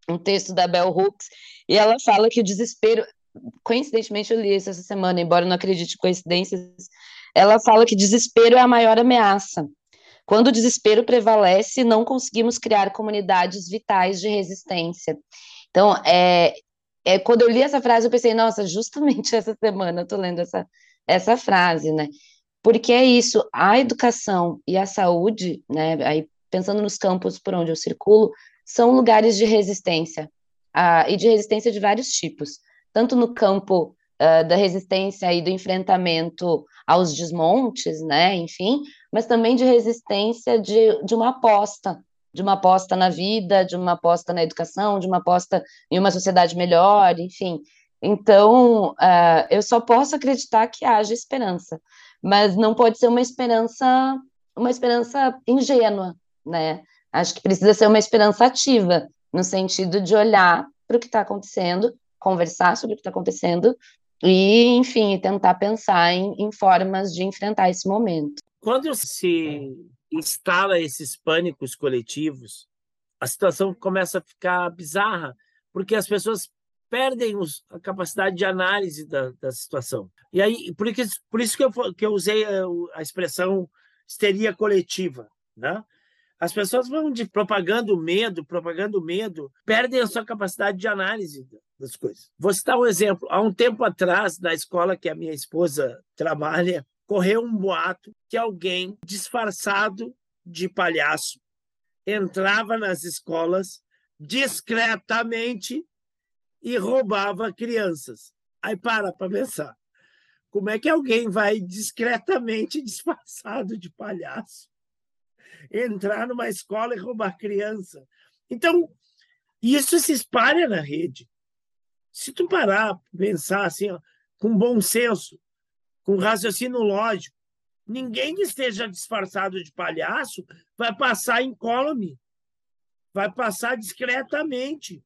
E: um texto da Bell Hooks, e ela fala que o desespero, coincidentemente eu li isso essa semana, embora eu não acredite em coincidências, ela fala que desespero é a maior ameaça. Quando o desespero prevalece, não conseguimos criar comunidades vitais de resistência. Então, quando eu li essa frase, eu pensei, nossa, justamente essa semana eu tô lendo essa frase, né? Porque é isso, a educação e a saúde, né? Aí, pensando nos campos por onde eu circulo, são lugares de resistência, e de resistência de vários tipos, tanto no campo da resistência e do enfrentamento aos desmontes, né? Enfim, mas também de resistência de uma aposta na vida, de uma aposta na educação, de uma aposta em uma sociedade melhor, enfim. Então, eu só posso acreditar que haja esperança, mas não pode ser uma esperança ingênua, né? Acho que precisa ser uma esperança ativa, no sentido de olhar para o que está acontecendo, conversar sobre o que está acontecendo e, enfim, tentar pensar em formas de enfrentar esse momento.
B: Quando se instala esses pânicos coletivos, a situação começa a ficar bizarra, porque as pessoas perdem a capacidade de análise da situação. E aí, por isso que eu usei a expressão histeria coletiva, né? As pessoas vão propagando medo, perdem a sua capacidade de análise das coisas. Vou citar um exemplo. Há um tempo atrás, na escola que a minha esposa trabalha, correu um boato que alguém disfarçado de palhaço entrava nas escolas discretamente e roubava crianças. Aí para pensar. Como é que alguém vai discretamente disfarçado de palhaço entrar numa escola e roubar criança? Então, isso se espalha na rede. Se tu parar, pensar assim, ó, com bom senso, com raciocínio lógico, ninguém que esteja disfarçado de palhaço vai passar incólume, vai passar discretamente.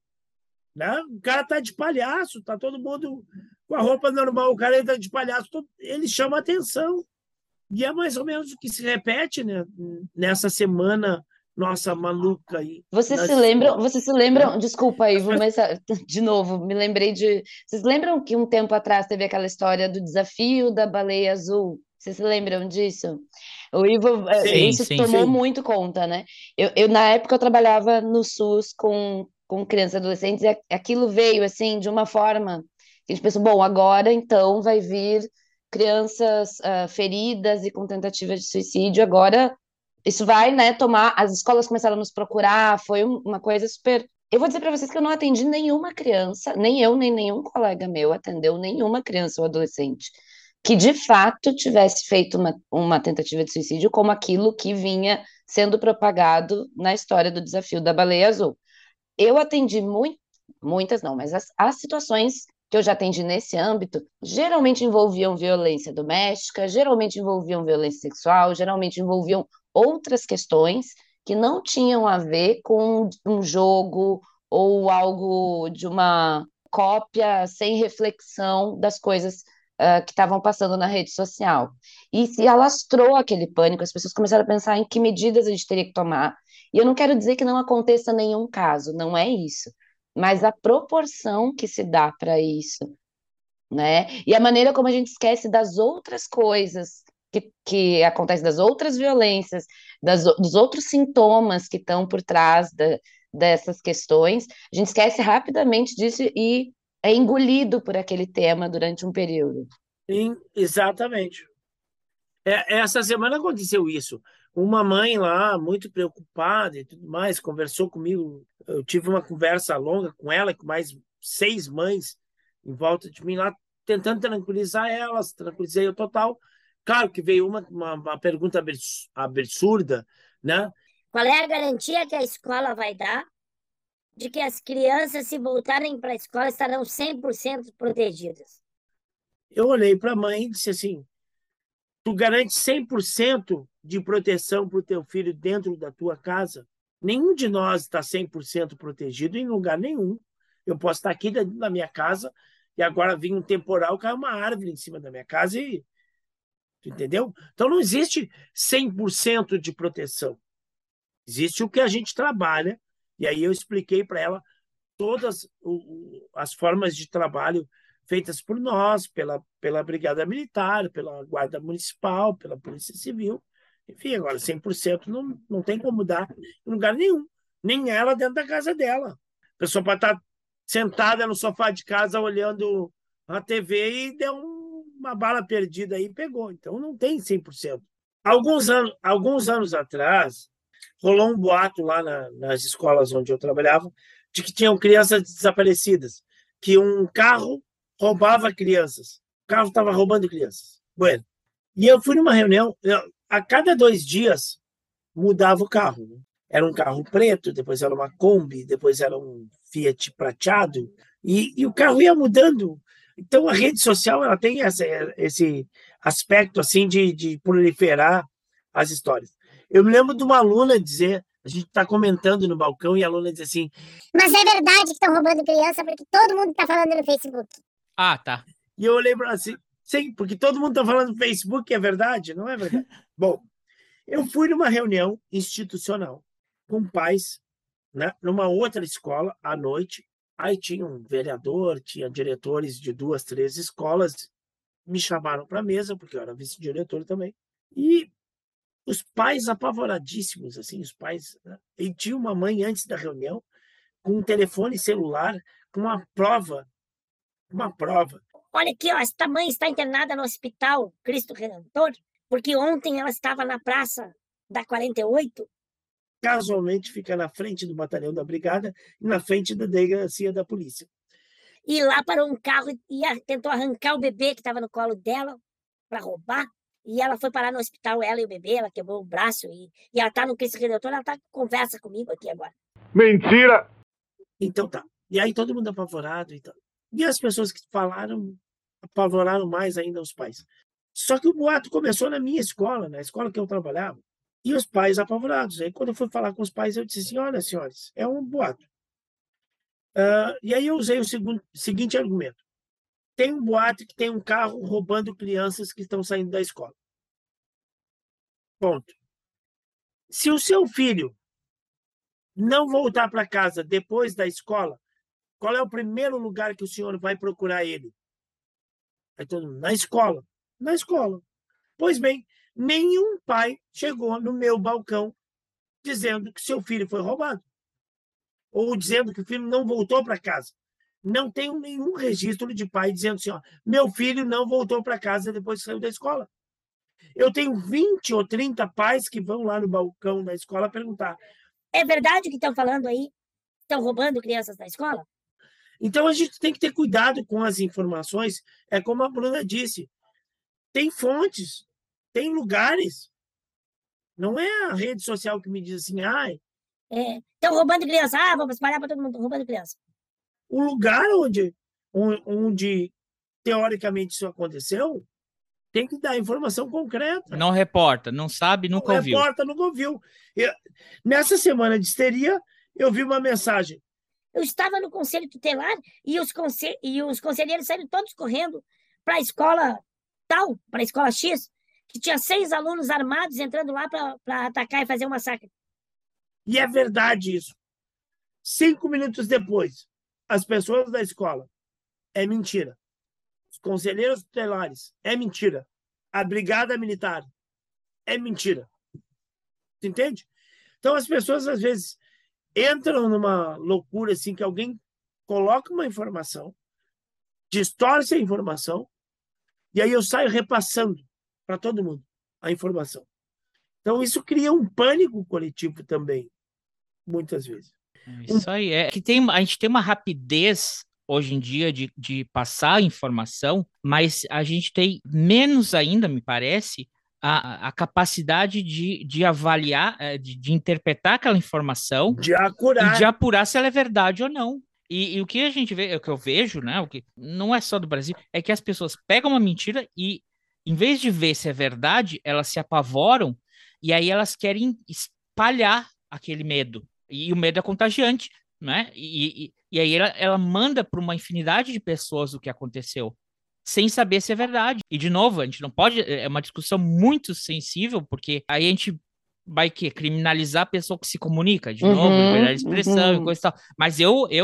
B: Né? O cara está de palhaço, está todo mundo com a roupa normal, o cara entra de palhaço, ele chama atenção. E é mais ou menos o que se repete, né, nessa semana nossa maluca aí.
E: Vocês se lembram, desculpa, Ivo, mas de novo, me lembrei de. Vocês lembram que um tempo atrás teve aquela história do desafio da baleia azul? Vocês se lembram disso? O Ivo, isso tomou muito conta, né? Na época, eu trabalhava no SUS com crianças e adolescentes, e aquilo veio, assim, de uma forma que a gente pensou, bom, agora, então, vai vir crianças feridas e com tentativa de suicídio, agora isso vai, né, tomar. As escolas começaram a nos procurar, foi uma coisa super. Eu vou dizer para vocês que eu não atendi nenhuma criança, nem eu, nem nenhum colega meu atendeu nenhuma criança ou adolescente que de fato tivesse feito uma tentativa de suicídio, como aquilo que vinha sendo propagado na história do desafio da baleia azul. Eu atendi muitas não, mas as situações que eu já atendi nesse âmbito geralmente envolviam violência doméstica, geralmente envolviam violência sexual, geralmente envolviam outras questões que não tinham a ver com um jogo ou algo de uma cópia sem reflexão das coisas que estavam passando na rede social. E se alastrou aquele pânico, as pessoas começaram a pensar em que medidas a gente teria que tomar. E eu não quero dizer que não aconteça nenhum caso, não é isso. Mas a proporção que se dá para isso, né? E a maneira como a gente esquece das outras coisas que acontecem, das outras violências, dos outros sintomas que estão por trás dessas questões, a gente esquece rapidamente disso e é engolido por aquele tema durante um período.
B: Sim, exatamente. Essa semana aconteceu isso. Uma mãe lá, muito preocupada e tudo mais, conversou comigo. Eu tive uma conversa longa com ela, com mais 6 mães em volta de mim lá, tentando tranquilizar elas, tranquilizei o total. Claro que veio uma pergunta absurda, né?
A: Qual é a garantia que a escola vai dar de que as crianças, se voltarem para a escola, estarão 100% protegidas?
B: Eu olhei para a mãe e disse assim, tu garante 100% de proteção para o teu filho dentro da tua casa? Nenhum de nós está 100% protegido em lugar nenhum. Eu posso estar aqui dentro da minha casa e agora vir um temporal, cai uma árvore em cima da minha casa e... Tu entendeu? Então não existe 100% de proteção. Existe o que a gente trabalha, e aí eu expliquei para ela todas as formas de trabalho feitas por nós, pela Brigada Militar, pela Guarda Municipal, pela Polícia Civil. Enfim, agora 100% não tem como dar em lugar nenhum. Nem ela dentro da casa dela. A pessoa pode estar sentada no sofá de casa olhando a TV e deu uma bala perdida aí e pegou. Então não tem 100%. Alguns anos atrás, rolou um boato lá nas escolas onde eu trabalhava de que tinham crianças desaparecidas, que um carro roubava crianças. O carro estava roubando crianças. Bueno, e eu fui numa reunião, a cada 2 dias mudava o carro. Né? Era um carro preto, depois era uma Kombi, depois era um Fiat prateado, e o carro ia mudando. Então, a rede social ela tem esse aspecto assim de proliferar as histórias. Eu me lembro de uma aluna dizer, a gente está comentando no balcão, e a aluna diz assim...
A: Mas é verdade que estão roubando criança, porque todo mundo está falando no Facebook.
D: Ah, tá.
B: E eu olhei para assim, sim, porque todo mundo está falando no Facebook, é verdade? Não é verdade? Bom, eu fui numa reunião institucional com pais, né, numa outra escola, à noite. Aí tinha um vereador, tinha diretores de 2, 3 escolas, me chamaram para a mesa, porque eu era vice-diretor também, e os pais apavoradíssimos, assim, os pais... Né? E tinha uma mãe antes da reunião, com um telefone celular, com uma prova.
A: Olha aqui, ó, esta mãe está internada no Hospital Cristo Redentor, porque ontem ela estava na praça da 48.
B: Casualmente fica na frente do batalhão da brigada e na frente da delegacia da polícia.
A: E lá parou um carro e tentou arrancar o bebê que estava no colo dela para roubar. E ela foi parar no hospital, ela e o bebê, ela quebrou o braço e ela está no Cristo Redentor, ela está em conversa comigo aqui agora.
F: Mentira!
B: Então tá. E aí todo mundo apavorado e tal. E as pessoas que falaram apavoraram mais ainda os pais. Só que o boato começou na minha escola, na escola que eu trabalhava. E os pais apavorados. Aí, quando eu fui falar com os pais, eu disse assim, olha, senhores, é um boato. E aí eu usei o seguinte argumento. Tem um boato que tem um carro roubando crianças que estão saindo da escola. Ponto. Se o seu filho não voltar para casa depois da escola, qual é o primeiro lugar que o senhor vai procurar ele? Aí todo mundo, na escola. Na escola. Pois bem, nenhum pai chegou no meu balcão dizendo que seu filho foi roubado. Ou dizendo que o filho não voltou para casa. Não tenho nenhum registro de pai dizendo assim, ó, meu filho não voltou para casa depois que saiu da escola. Eu tenho 20 ou 30 pais que vão lá no balcão da escola perguntar.
A: É verdade o que estão falando aí? Estão roubando crianças da escola?
B: Então a gente tem que ter cuidado com as informações. É como a Bruna disse. Tem fontes, tem lugares. Não é a rede social que me diz assim,
A: estão roubando criança. Vamos espalhar para todo mundo, roubando criança.
B: O lugar onde teoricamente isso aconteceu tem que dar informação concreta.
D: Não reporta, não sabe, nunca ouviu.
B: Não reporta, nunca ouviu. Nessa semana de histeria, eu vi uma mensagem.
A: Eu estava no conselho tutelar e os conselheiros saíram todos correndo para a escola tal, para a escola X, que tinha 6 alunos armados entrando lá para atacar e fazer um massacre.
B: E é verdade isso. 5 minutos depois, as pessoas da escola, é mentira. Os conselheiros tutelares, é mentira. A brigada militar, é mentira. Você entende? Então as pessoas, às vezes, entram numa loucura assim, que alguém coloca uma informação, distorce a informação, e aí eu saio repassando para todo mundo a informação. Então isso cria um pânico coletivo também, muitas vezes.
D: Isso aí, é que a gente tem uma rapidez hoje em dia de passar a informação, mas a gente tem menos ainda, me parece, a capacidade de avaliar, de interpretar aquela informação
B: de apurar.
D: E de apurar se ela é verdade ou não. E o que a gente vê, o que eu vejo, né, o que não é só do Brasil, é que as pessoas pegam uma mentira e, em vez de ver se é verdade, elas se apavoram e aí elas querem espalhar aquele medo. E o medo é contagiante, né? E aí ela manda para uma infinidade de pessoas o que aconteceu, sem saber se é verdade. E, de novo, a gente não pode... É uma discussão muito sensível, porque aí a gente vai criminalizar a pessoa que se comunica, de novo, liberdade de expressão e coisa e tal. Mas eu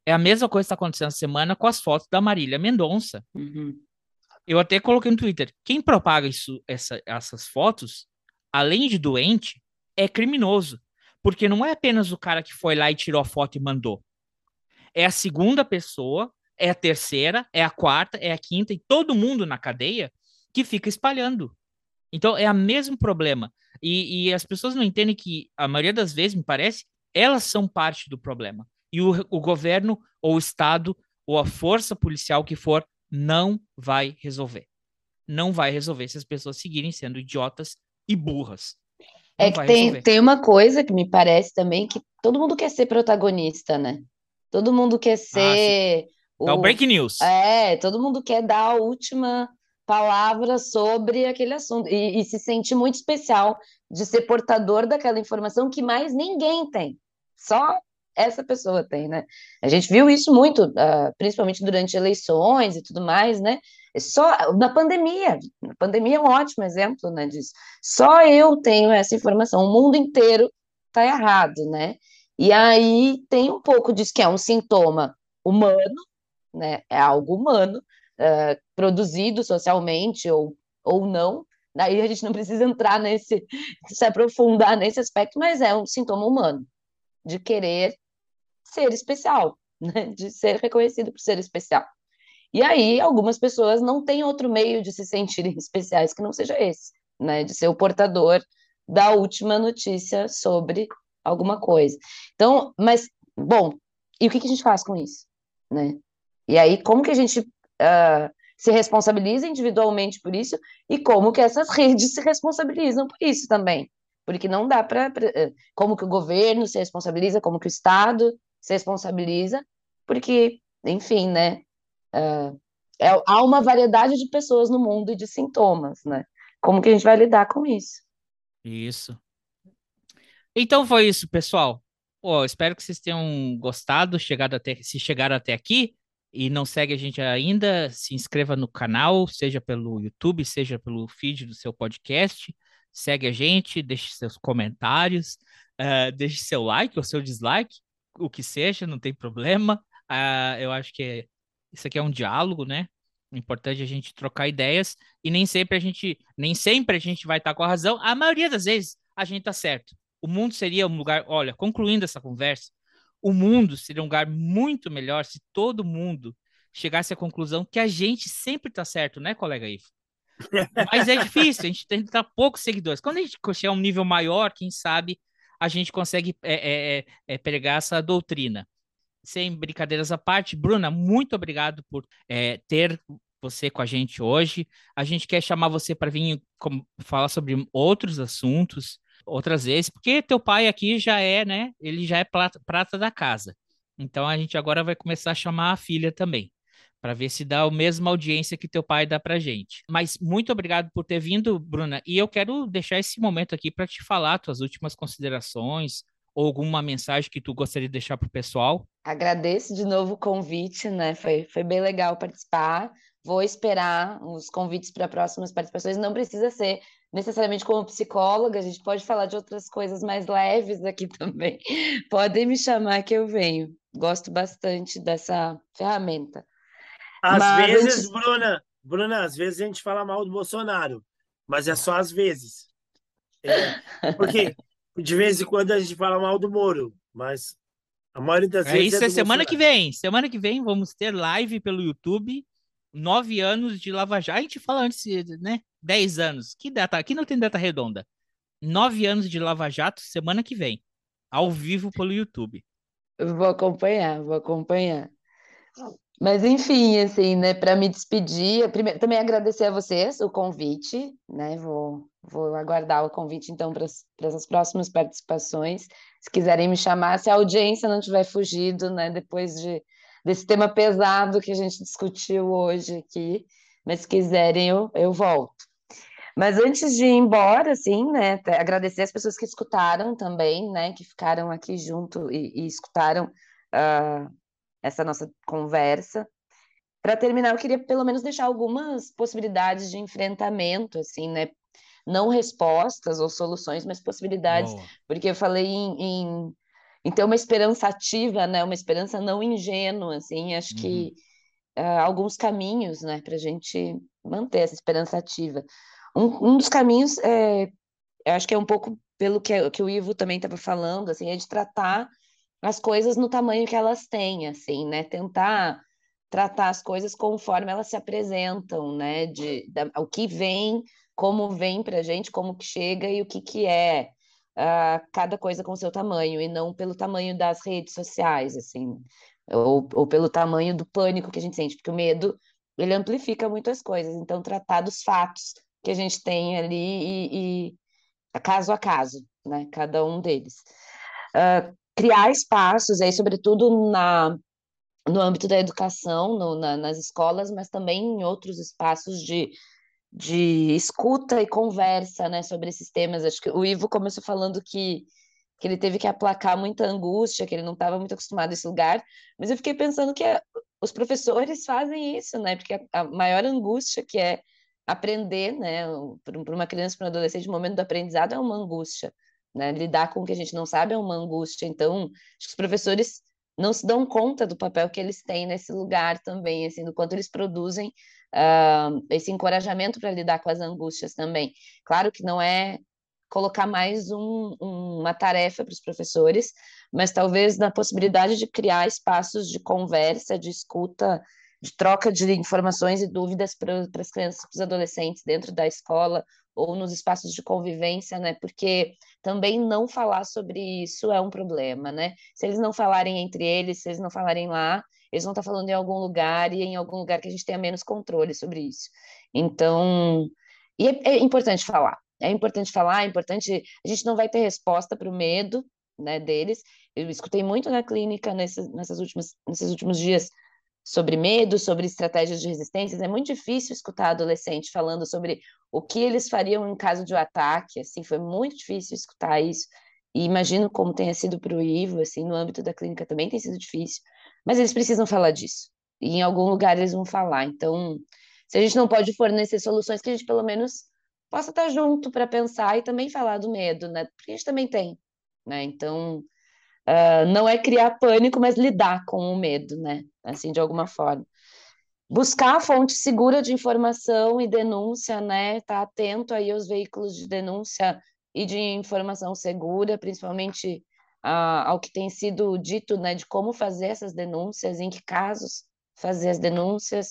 D: É a mesma coisa que está acontecendo essa semana com as fotos da Marília Mendonça.
E: Uhum.
D: Eu até coloquei no Twitter. Quem propaga essas fotos, além de doente, é criminoso. Porque não é apenas o cara que foi lá e tirou a foto e mandou. É a segunda pessoa, é a terceira, é a quarta, é a quinta, e todo mundo na cadeia que fica espalhando. Então é o mesmo problema. E as pessoas não entendem que, a maioria das vezes, me parece, elas são parte do problema. E o governo, ou o Estado, ou a força policial que for, não vai resolver. Não vai resolver se as pessoas seguirem sendo idiotas e burras.
E: É
D: Não
E: que
D: vai
E: tem,
D: resolver.
E: tem uma coisa que me parece também que todo mundo quer ser protagonista, né? Todo mundo quer
D: Ah, sim.
E: ser
D: É o
E: o.
D: break news.
E: Todo mundo quer dar a última palavra sobre aquele assunto e se sente muito especial de ser portador daquela informação que mais ninguém tem. Só essa pessoa tem, né? A gente viu isso muito, principalmente durante eleições e tudo mais, né? Só na pandemia. A pandemia é um ótimo exemplo, né, disso. Só eu tenho essa informação. O mundo inteiro está errado, né? E aí tem um pouco disso que é um sintoma humano, né? É algo humano, produzido socialmente ou não. Daí a gente não precisa entrar se aprofundar nesse aspecto, mas é um sintoma humano de querer ser especial, né? De ser reconhecido por ser especial. E aí, algumas pessoas não têm outro meio de se sentirem especiais que não seja esse, né? De ser o portador da última notícia sobre alguma coisa. Então, mas, bom, e o que a gente faz com isso, né? E aí, como que a gente se responsabiliza individualmente por isso e como que essas redes se responsabilizam por isso também? Porque não dá para... Como que o governo se responsabiliza, como que o Estado se responsabiliza, porque, enfim, né? Há uma variedade de pessoas no mundo e de sintomas, né? Como que a gente vai lidar com isso?
D: Isso. Então foi isso, pessoal. Pô, espero que vocês tenham gostado, se chegaram até aqui e não segue a gente ainda, se inscreva no canal, seja pelo YouTube, seja pelo feed do seu podcast. Segue a gente, deixe seus comentários, deixe seu like ou seu dislike, o que seja, não tem problema. Eu acho que isso aqui é um diálogo, né? É importante a gente trocar ideias e nem sempre a gente vai estar com a razão. A maioria das vezes a gente está certo. O mundo seria um lugar, olha, concluindo essa conversa, o mundo seria um lugar muito melhor se todo mundo chegasse à conclusão que a gente sempre está certo, né, colega Ivo? Mas é difícil, a gente tem que ter poucos seguidores. Quando a gente chegar a um nível maior, quem sabe a gente consegue pregar essa doutrina. Sem brincadeiras à parte, Bruna, muito obrigado por ter você com a gente hoje. A gente quer chamar você para vir falar sobre outros assuntos outras vezes, porque teu pai aqui já é, né? Ele já é prata da casa. Então a gente agora vai começar a chamar a filha também, para ver se dá a mesma audiência que teu pai dá pra gente. Mas muito obrigado por ter vindo, Bruna. E eu quero deixar esse momento aqui para te falar tuas últimas considerações ou alguma mensagem que tu gostaria de deixar pro pessoal.
E: Agradeço de novo o convite, né? Foi bem legal participar. Vou esperar os convites para próximas participações. Não precisa ser necessariamente como psicóloga, a gente pode falar de outras coisas mais leves aqui também. Podem me chamar que eu venho. Gosto bastante dessa ferramenta.
B: Às
E: Mas
B: vezes,
E: antes,
B: Bruna, às vezes a gente fala mal do Bolsonaro, mas é só às vezes. É, porque de vez em quando a gente fala mal do Moro, mas a maioria das vezes é
D: Isso é
B: do
D: semana que
B: Bolsonaro.
D: vem. Semana que vem vamos ter live pelo YouTube. 9 anos de Lava Jato. A gente fala antes, né? 10 anos. Que data? Aqui não tem data redonda. 9 anos de Lava Jato, semana que vem. Ao vivo pelo YouTube.
E: eu vou acompanhar, vou acompanhar. Mas enfim, assim, né, para me despedir, primeiro, também agradecer a vocês o convite, né? Vou aguardar o convite então para as próximas participações. Se quiserem me chamar, se a audiência não tiver fugido, né, depois desse tema pesado que a gente discutiu hoje aqui, mas se quiserem eu volto. Mas antes de ir embora, assim, né, agradecer as pessoas que escutaram também, né, que ficaram aqui junto e escutaram essa nossa conversa. Para terminar, eu queria pelo menos deixar algumas possibilidades de enfrentamento, assim, né? Não respostas ou soluções, mas possibilidades,
D: Boa.
E: porque eu falei em Então, uma esperança ativa, né? Uma esperança não ingênua, assim, acho que alguns caminhos, né, para a gente manter essa esperança ativa. Um dos caminhos, eu acho que é um pouco pelo que o Ivo também estava falando, assim, é de tratar as coisas no tamanho que elas têm, assim, né? Tentar tratar as coisas conforme elas se apresentam, né? O que vem, como vem para a gente, como que chega e o que é cada coisa com seu tamanho, e não pelo tamanho das redes sociais, assim, ou pelo tamanho do pânico que a gente sente, porque o medo, ele amplifica muitas coisas, então tratar dos fatos que a gente tem ali e caso a caso, né? Cada um deles. Criar espaços, aí, sobretudo no âmbito da educação, nas escolas, mas também em outros espaços de escuta e conversa, né, sobre esses temas. Acho que o Ivo começou falando que ele teve que aplacar muita angústia, que ele não estava muito acostumado a esse lugar, mas eu fiquei pensando que os professores fazem isso, né, porque a maior angústia que é aprender, né, para uma criança, para um adolescente, o momento do aprendizado é uma angústia, né, lidar com o que a gente não sabe é uma angústia, então, acho que os professores não se dão conta do papel que eles têm nesse lugar também, assim, do quanto eles produzem esse encorajamento para lidar com as angústias também. Claro que não é colocar mais uma tarefa para os professores, mas talvez na possibilidade de criar espaços de conversa, de escuta, de troca de informações e dúvidas para as crianças, para os adolescentes dentro da escola ou nos espaços de convivência, né? Porque também não falar sobre isso é um problema, né? Se eles não falarem entre eles, se eles não falarem lá, eles vão estar falando em algum lugar e em algum lugar que a gente tenha menos controle sobre isso. Então, é importante falar. É importante falar, é importante. A gente não vai ter resposta para o medo, né, deles. Eu escutei muito na clínica nesses últimos dias sobre medo, sobre estratégias de resistência. É muito difícil escutar adolescente falando sobre o que eles fariam em caso de um ataque. Assim, foi muito difícil escutar isso. E imagino como tenha sido para o Ivo, assim, no âmbito da clínica também tem sido difícil. Mas eles precisam falar disso. E em algum lugar eles vão falar. Então, se a gente não pode fornecer soluções, que a gente pelo menos possa estar junto para pensar e também falar do medo, né? Porque a gente também tem, né? Então, não é criar pânico, mas lidar com o medo, né? Assim, de alguma forma. Buscar a fonte segura de informação e denúncia, né? Estar atento aí aos veículos de denúncia e de informação segura, principalmente ao que tem sido dito, né? De como fazer essas denúncias, em que casos fazer as denúncias.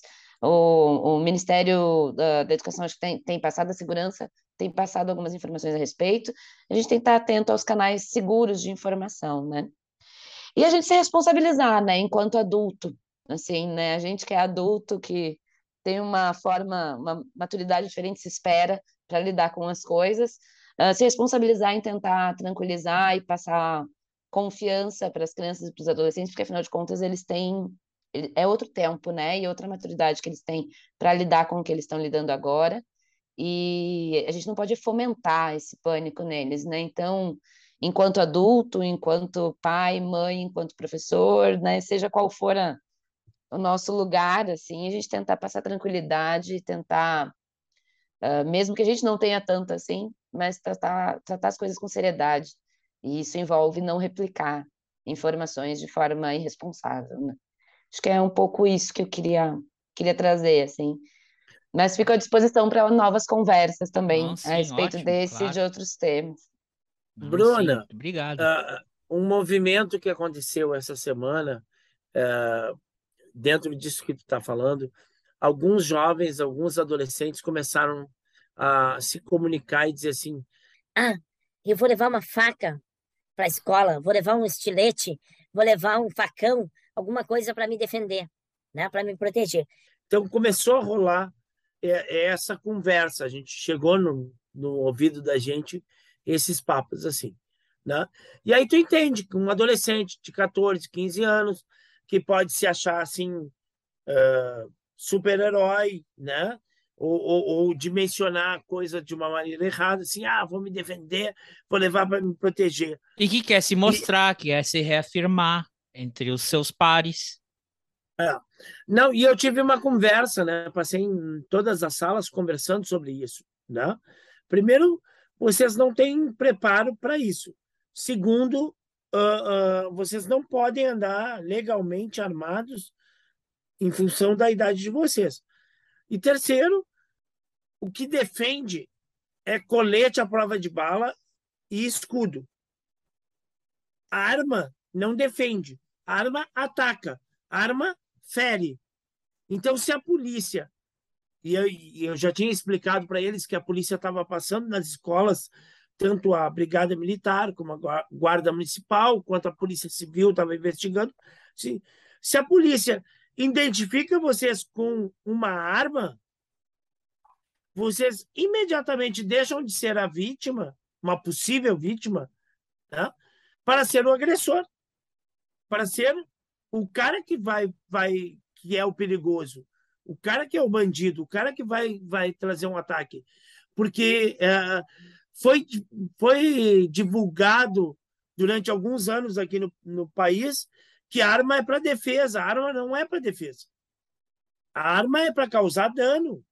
E: O Ministério da Educação, acho que tem passado a segurança, tem passado algumas informações a respeito. A gente tem que estar atento aos canais seguros de informação, né? E a gente se responsabilizar, né, enquanto adulto, assim, né, a gente que é adulto, que tem uma maturidade diferente, se espera para lidar com as coisas, se responsabilizar em tentar tranquilizar e passar confiança para as crianças e para os adolescentes, porque afinal de contas eles têm é outro tempo, né, e outra maturidade que eles têm para lidar com o que eles estão lidando agora, e a gente não pode fomentar esse pânico neles, né, então enquanto adulto, enquanto pai, mãe, enquanto professor, né, seja qual for o nosso lugar, assim, a gente tentar passar tranquilidade, tentar, mesmo que a gente não tenha tanto assim, mas tratar as coisas com seriedade. E isso envolve não replicar informações de forma irresponsável, né? Acho que é um pouco isso que eu queria trazer, assim. Mas fico à disposição para novas conversas também
D: Não,
E: a
D: sim,
E: respeito
D: ótimo,
E: desse e de
D: claro.
E: outros temas.
D: Não, sim,
B: Bruna,
D: muito obrigado.
B: um movimento que aconteceu essa semana, dentro disso que tu está falando, alguns jovens, alguns adolescentes começaram a se comunicar e dizer assim:
A: Ah, eu vou levar uma faca para a escola, vou levar um estilete, vou levar um facão, alguma coisa para me defender, né? Para me proteger.
B: então começou a rolar essa conversa, a gente chegou no ouvido da gente esses papos assim, né? E aí tu entende que um adolescente de 14, 15 anos que pode se achar assim super-herói, né? Ou dimensionar a coisa de uma maneira errada, assim, vou me defender, vou levar para me proteger.
D: E que quer se
B: E,
D: mostrar, quer se reafirmar entre os seus pares.
B: não, e eu tive uma conversa, né? Passei em todas as salas conversando sobre isso, né? Primeiro, vocês não têm preparo para isso. Segundo, vocês não podem andar legalmente armados em função da idade de vocês. E terceiro, o que defende é colete à prova de bala e escudo. A arma não defende, a arma ataca, a arma fere. Então, se a polícia, e eu já tinha explicado para eles que a polícia estava passando nas escolas, tanto a Brigada Militar, como a Guarda Municipal, quanto a Polícia Civil estava investigando. Se a polícia identifica vocês com uma arma, vocês imediatamente deixam de ser a vítima, uma possível vítima, né, para ser o agressor, para ser o cara que que é o perigoso, o cara que é o bandido, o cara que vai trazer um ataque. Porque foi divulgado durante alguns anos aqui no país que a arma é para defesa, a arma não é para defesa. A arma é para causar dano.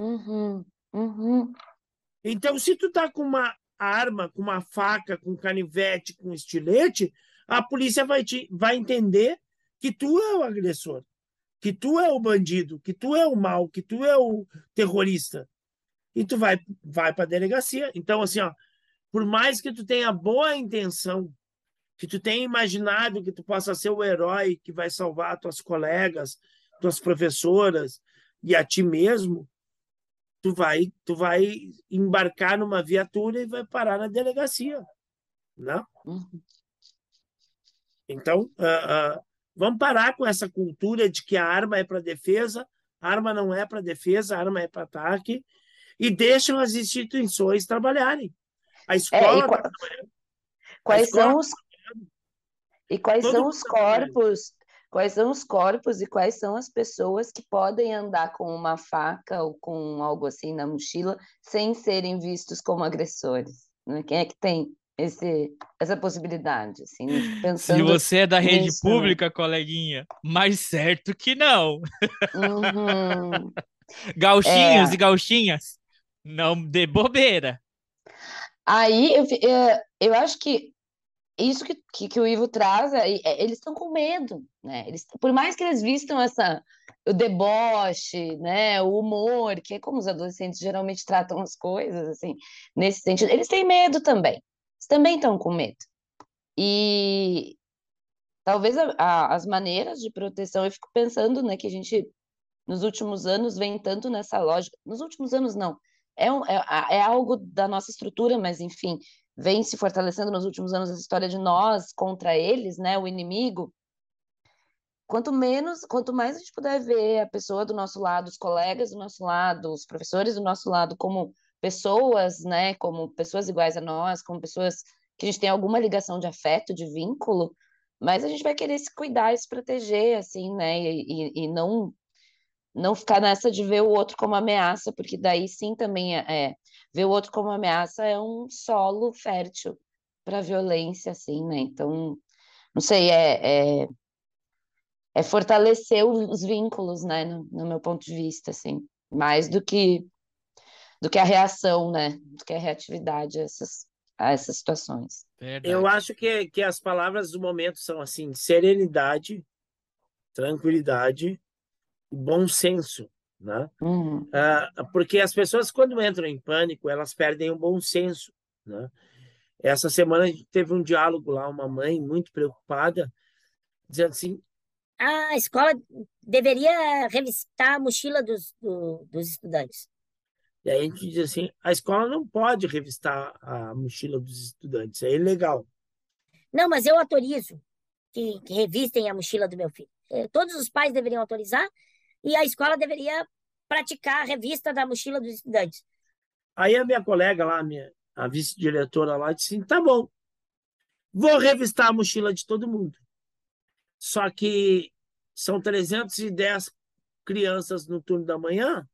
B: Então, se tu tá com uma arma, com uma faca, com canivete, com estilete, a polícia vai entender que tu é o agressor, que tu é o bandido, que tu é o mal, que tu é o terrorista. E tu vai para a delegacia. Então, assim, ó, por mais que tu tenha boa intenção, que tu tenha imaginado que tu possa ser o herói que vai salvar tuas colegas, tuas professoras e a ti mesmo, tu vai embarcar numa viatura e vai parar na delegacia, né? Então, vamos parar com essa cultura de que a arma é para defesa, a arma não é para defesa, a arma é para ataque, e deixam as instituições trabalharem. A escola está trabalhando.
E: Quais são
B: Todo
E: os corpos? Quais são os corpos e quais são as pessoas que podem andar com uma faca ou com algo assim na mochila sem serem vistos como agressores? Né? Quem é que tem essa possibilidade? Assim,
D: Se você é da rede
E: nisso,
D: pública, coleguinha, mais certo que não. Gauchinhos e gauchinhas, não dê bobeira.
E: Aí eu acho que isso que o Ivo traz, eles estão com medo, né? Por mais que eles vistam o deboche, né? O humor, que é como os adolescentes geralmente tratam as coisas, assim, nesse sentido, eles têm medo também. Eles também estão com medo. E talvez as maneiras de proteção, eu fico pensando, né, que a gente, nos últimos anos, vem tanto nessa lógica. Nos últimos anos, não. É algo da nossa estrutura, mas, enfim, vem se fortalecendo nos últimos anos essa história de nós contra eles, né, o inimigo. Quanto mais a gente puder ver a pessoa do nosso lado, os colegas do nosso lado, os professores do nosso lado como pessoas, né, como pessoas iguais a nós, como pessoas que a gente tem alguma ligação de afeto, de vínculo, mas a gente vai querer se cuidar e se proteger, assim, né, e não ficar nessa de ver o outro como ameaça, porque daí sim também ver o outro como ameaça é um solo fértil para violência, assim, né? Então, não sei, é fortalecer os vínculos, né, no meu ponto de vista, assim, mais do que a reação, né, do que a reatividade a essas situações.
D: Verdade.
B: Eu acho que as palavras do momento são assim: serenidade, tranquilidade e bom senso, né? Porque as pessoas, quando entram em pânico, elas perdem o bom senso, né? Essa semana a gente teve um diálogo lá, uma mãe muito preocupada, dizendo assim:
A: A escola deveria revistar a mochila dos estudantes.
B: e aí a gente diz assim: a escola não pode revistar a mochila dos estudantes, é ilegal.
A: Não, mas eu autorizo que revistem a mochila do meu filho. Todos os pais deveriam autorizar e a escola deveria praticar a revista da mochila dos estudantes.
B: Aí a minha colega lá, a vice-diretora lá, disse assim: tá bom, vou revistar a mochila de todo mundo. Só que são 310 crianças no turno da manhã,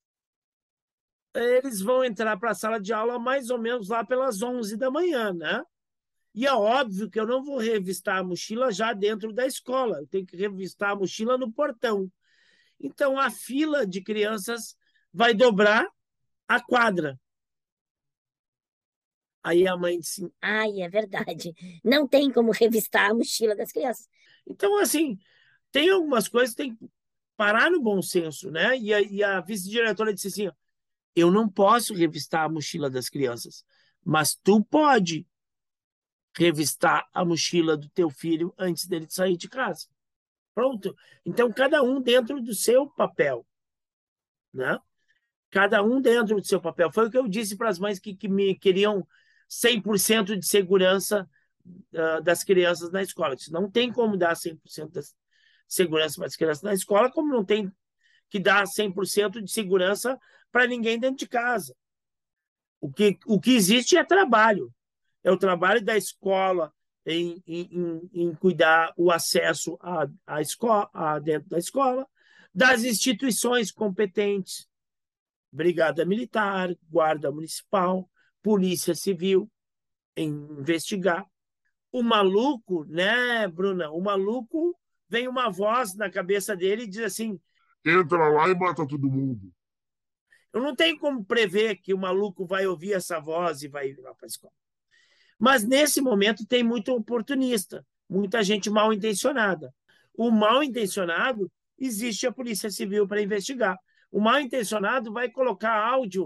B: eles vão entrar para a sala de aula mais ou menos lá pelas 11 da manhã, né? E é óbvio que eu não vou revistar a mochila já dentro da escola, eu tenho que revistar a mochila no portão. Então, a fila de crianças vai dobrar a quadra. Aí a mãe disse,
A: Ai, é verdade. Não tem como revistar a mochila das crianças.
B: então, assim, tem algumas coisas que tem que parar no bom senso, né? E a vice-diretora disse assim, ó, eu não posso revistar a mochila das crianças, mas tu pode revistar a mochila do teu filho antes dele sair de casa. Pronto. Então, cada um dentro do seu papel, né? Cada um dentro do seu papel. Foi o que eu disse para as mães que me queriam 100% de segurança das crianças na escola. Isso não tem como dar 100% de segurança para as crianças na escola, como não tem que dar 100% de segurança para ninguém dentro de casa. O que existe é trabalho. É o trabalho da escola em cuidar o acesso à escola, dentro da escola, das instituições competentes, Brigada Militar, Guarda Municipal, Polícia Civil, em investigar. O maluco, né, Bruna? O maluco, vem uma voz na cabeça dele e diz assim,
F: Entra lá e mata todo mundo.
B: eu não tenho como prever que o maluco vai ouvir essa voz e vai ir lá para a escola. Mas, nesse momento, tem muito oportunista, muita gente mal intencionada. O mal intencionado, existe a Polícia Civil para investigar. O mal intencionado vai colocar áudio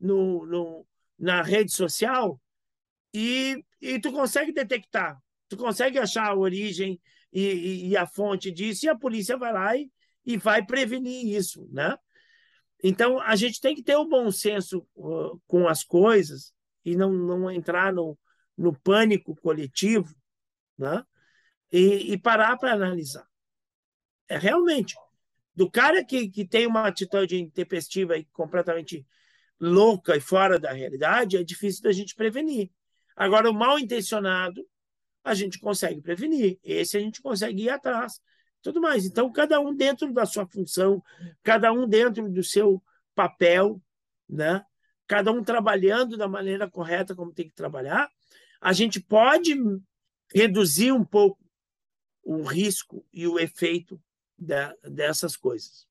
B: na rede social e tu consegue detectar, tu consegue achar a origem e a fonte disso, e a polícia vai lá e vai prevenir isso, né? Então, a gente tem que ter o bom senso com as coisas e não entrar no pânico coletivo, né? E parar para analisar. É realmente, do cara que tem uma atitude intempestiva e completamente louca e fora da realidade, é difícil da gente prevenir. Agora, o mal intencionado, a gente consegue prevenir. Esse a gente consegue ir atrás. Tudo mais. Então, cada um dentro da sua função, cada um dentro do seu papel, né? Cada um trabalhando da maneira correta como tem que trabalhar, a gente pode reduzir um pouco o risco e o efeito dessas coisas.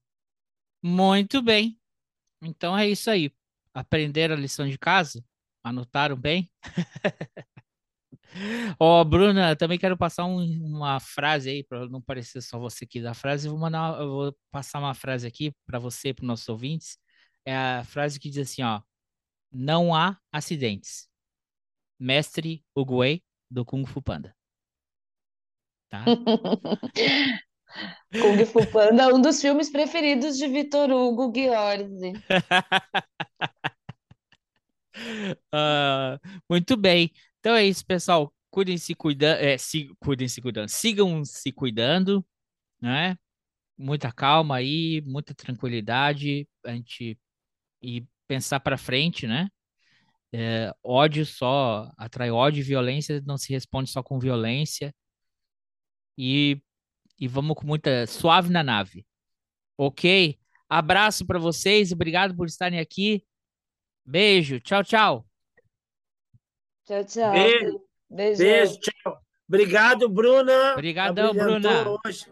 D: Muito bem. Então é isso aí. Aprenderam a lição de casa? Anotaram bem? Ó, Bruna, também quero passar uma frase aí, para não parecer só você que dá a frase. Eu vou passar uma frase aqui para você e para os nossos ouvintes. É a frase que diz assim, ó. Não há acidentes. Mestre Oogway, do Kung Fu Panda. Tá?
E: Kung Fu Panda, um dos filmes preferidos de Vitor Hugo Ghiorzi.
D: Muito bem. Então é isso, pessoal. Cuidem se cuidando, cuidem se cuidando. Sigam se cuidando, né? Muita calma aí, muita tranquilidade, a gente e pensar para frente, né? Ódio só atrai ódio e violência, não se responde só com violência. E vamos com muita suave na nave. Ok? Abraço para vocês, obrigado por estarem aqui. Beijo, tchau, tchau.
E: Tchau, tchau.
B: Beijo,
E: Beijão.
B: beijo, tchau. Obrigado, Bruna.
D: Obrigadão,
B: Abrilhantou
D: Bruna.
B: hoje.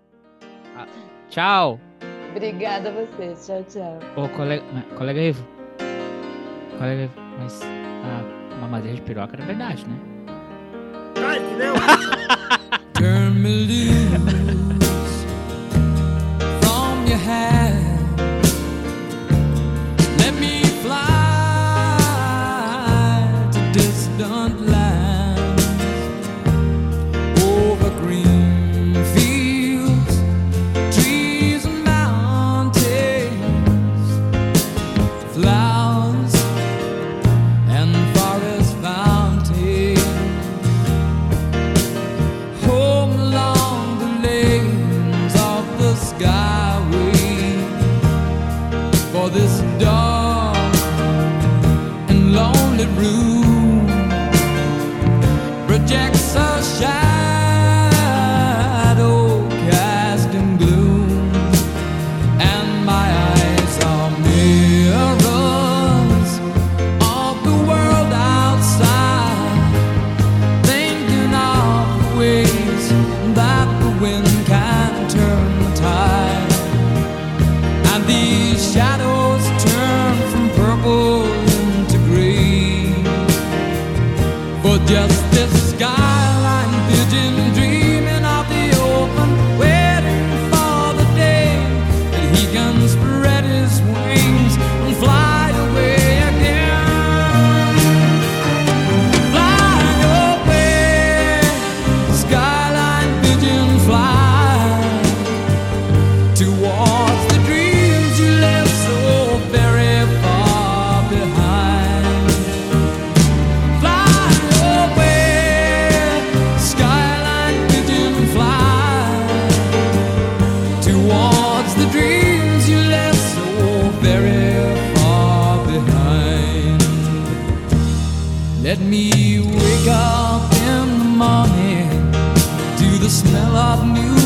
D: Tchau.
E: Obrigada a vocês. Tchau, tchau.
D: Ô, colega Ivo. Colega Ivo, mas a mamadeira de piroca era verdade, né?
B: Ai, que não.
H: Turn me loose from your hand. Let me fly to distant lands, over green fields, trees and mountains, flowers and forest fountains. Home along the lake, Just this skyline pigeon dreaming of the open, waiting for the day that he can spread his wings and fly away again. Fly away, skyline pigeon, fly towards the dreams you left so very far behind. Fly away, skyline pigeon, fly towards the dreams you left so very far behind. Let me wake up in the morning to the smell of new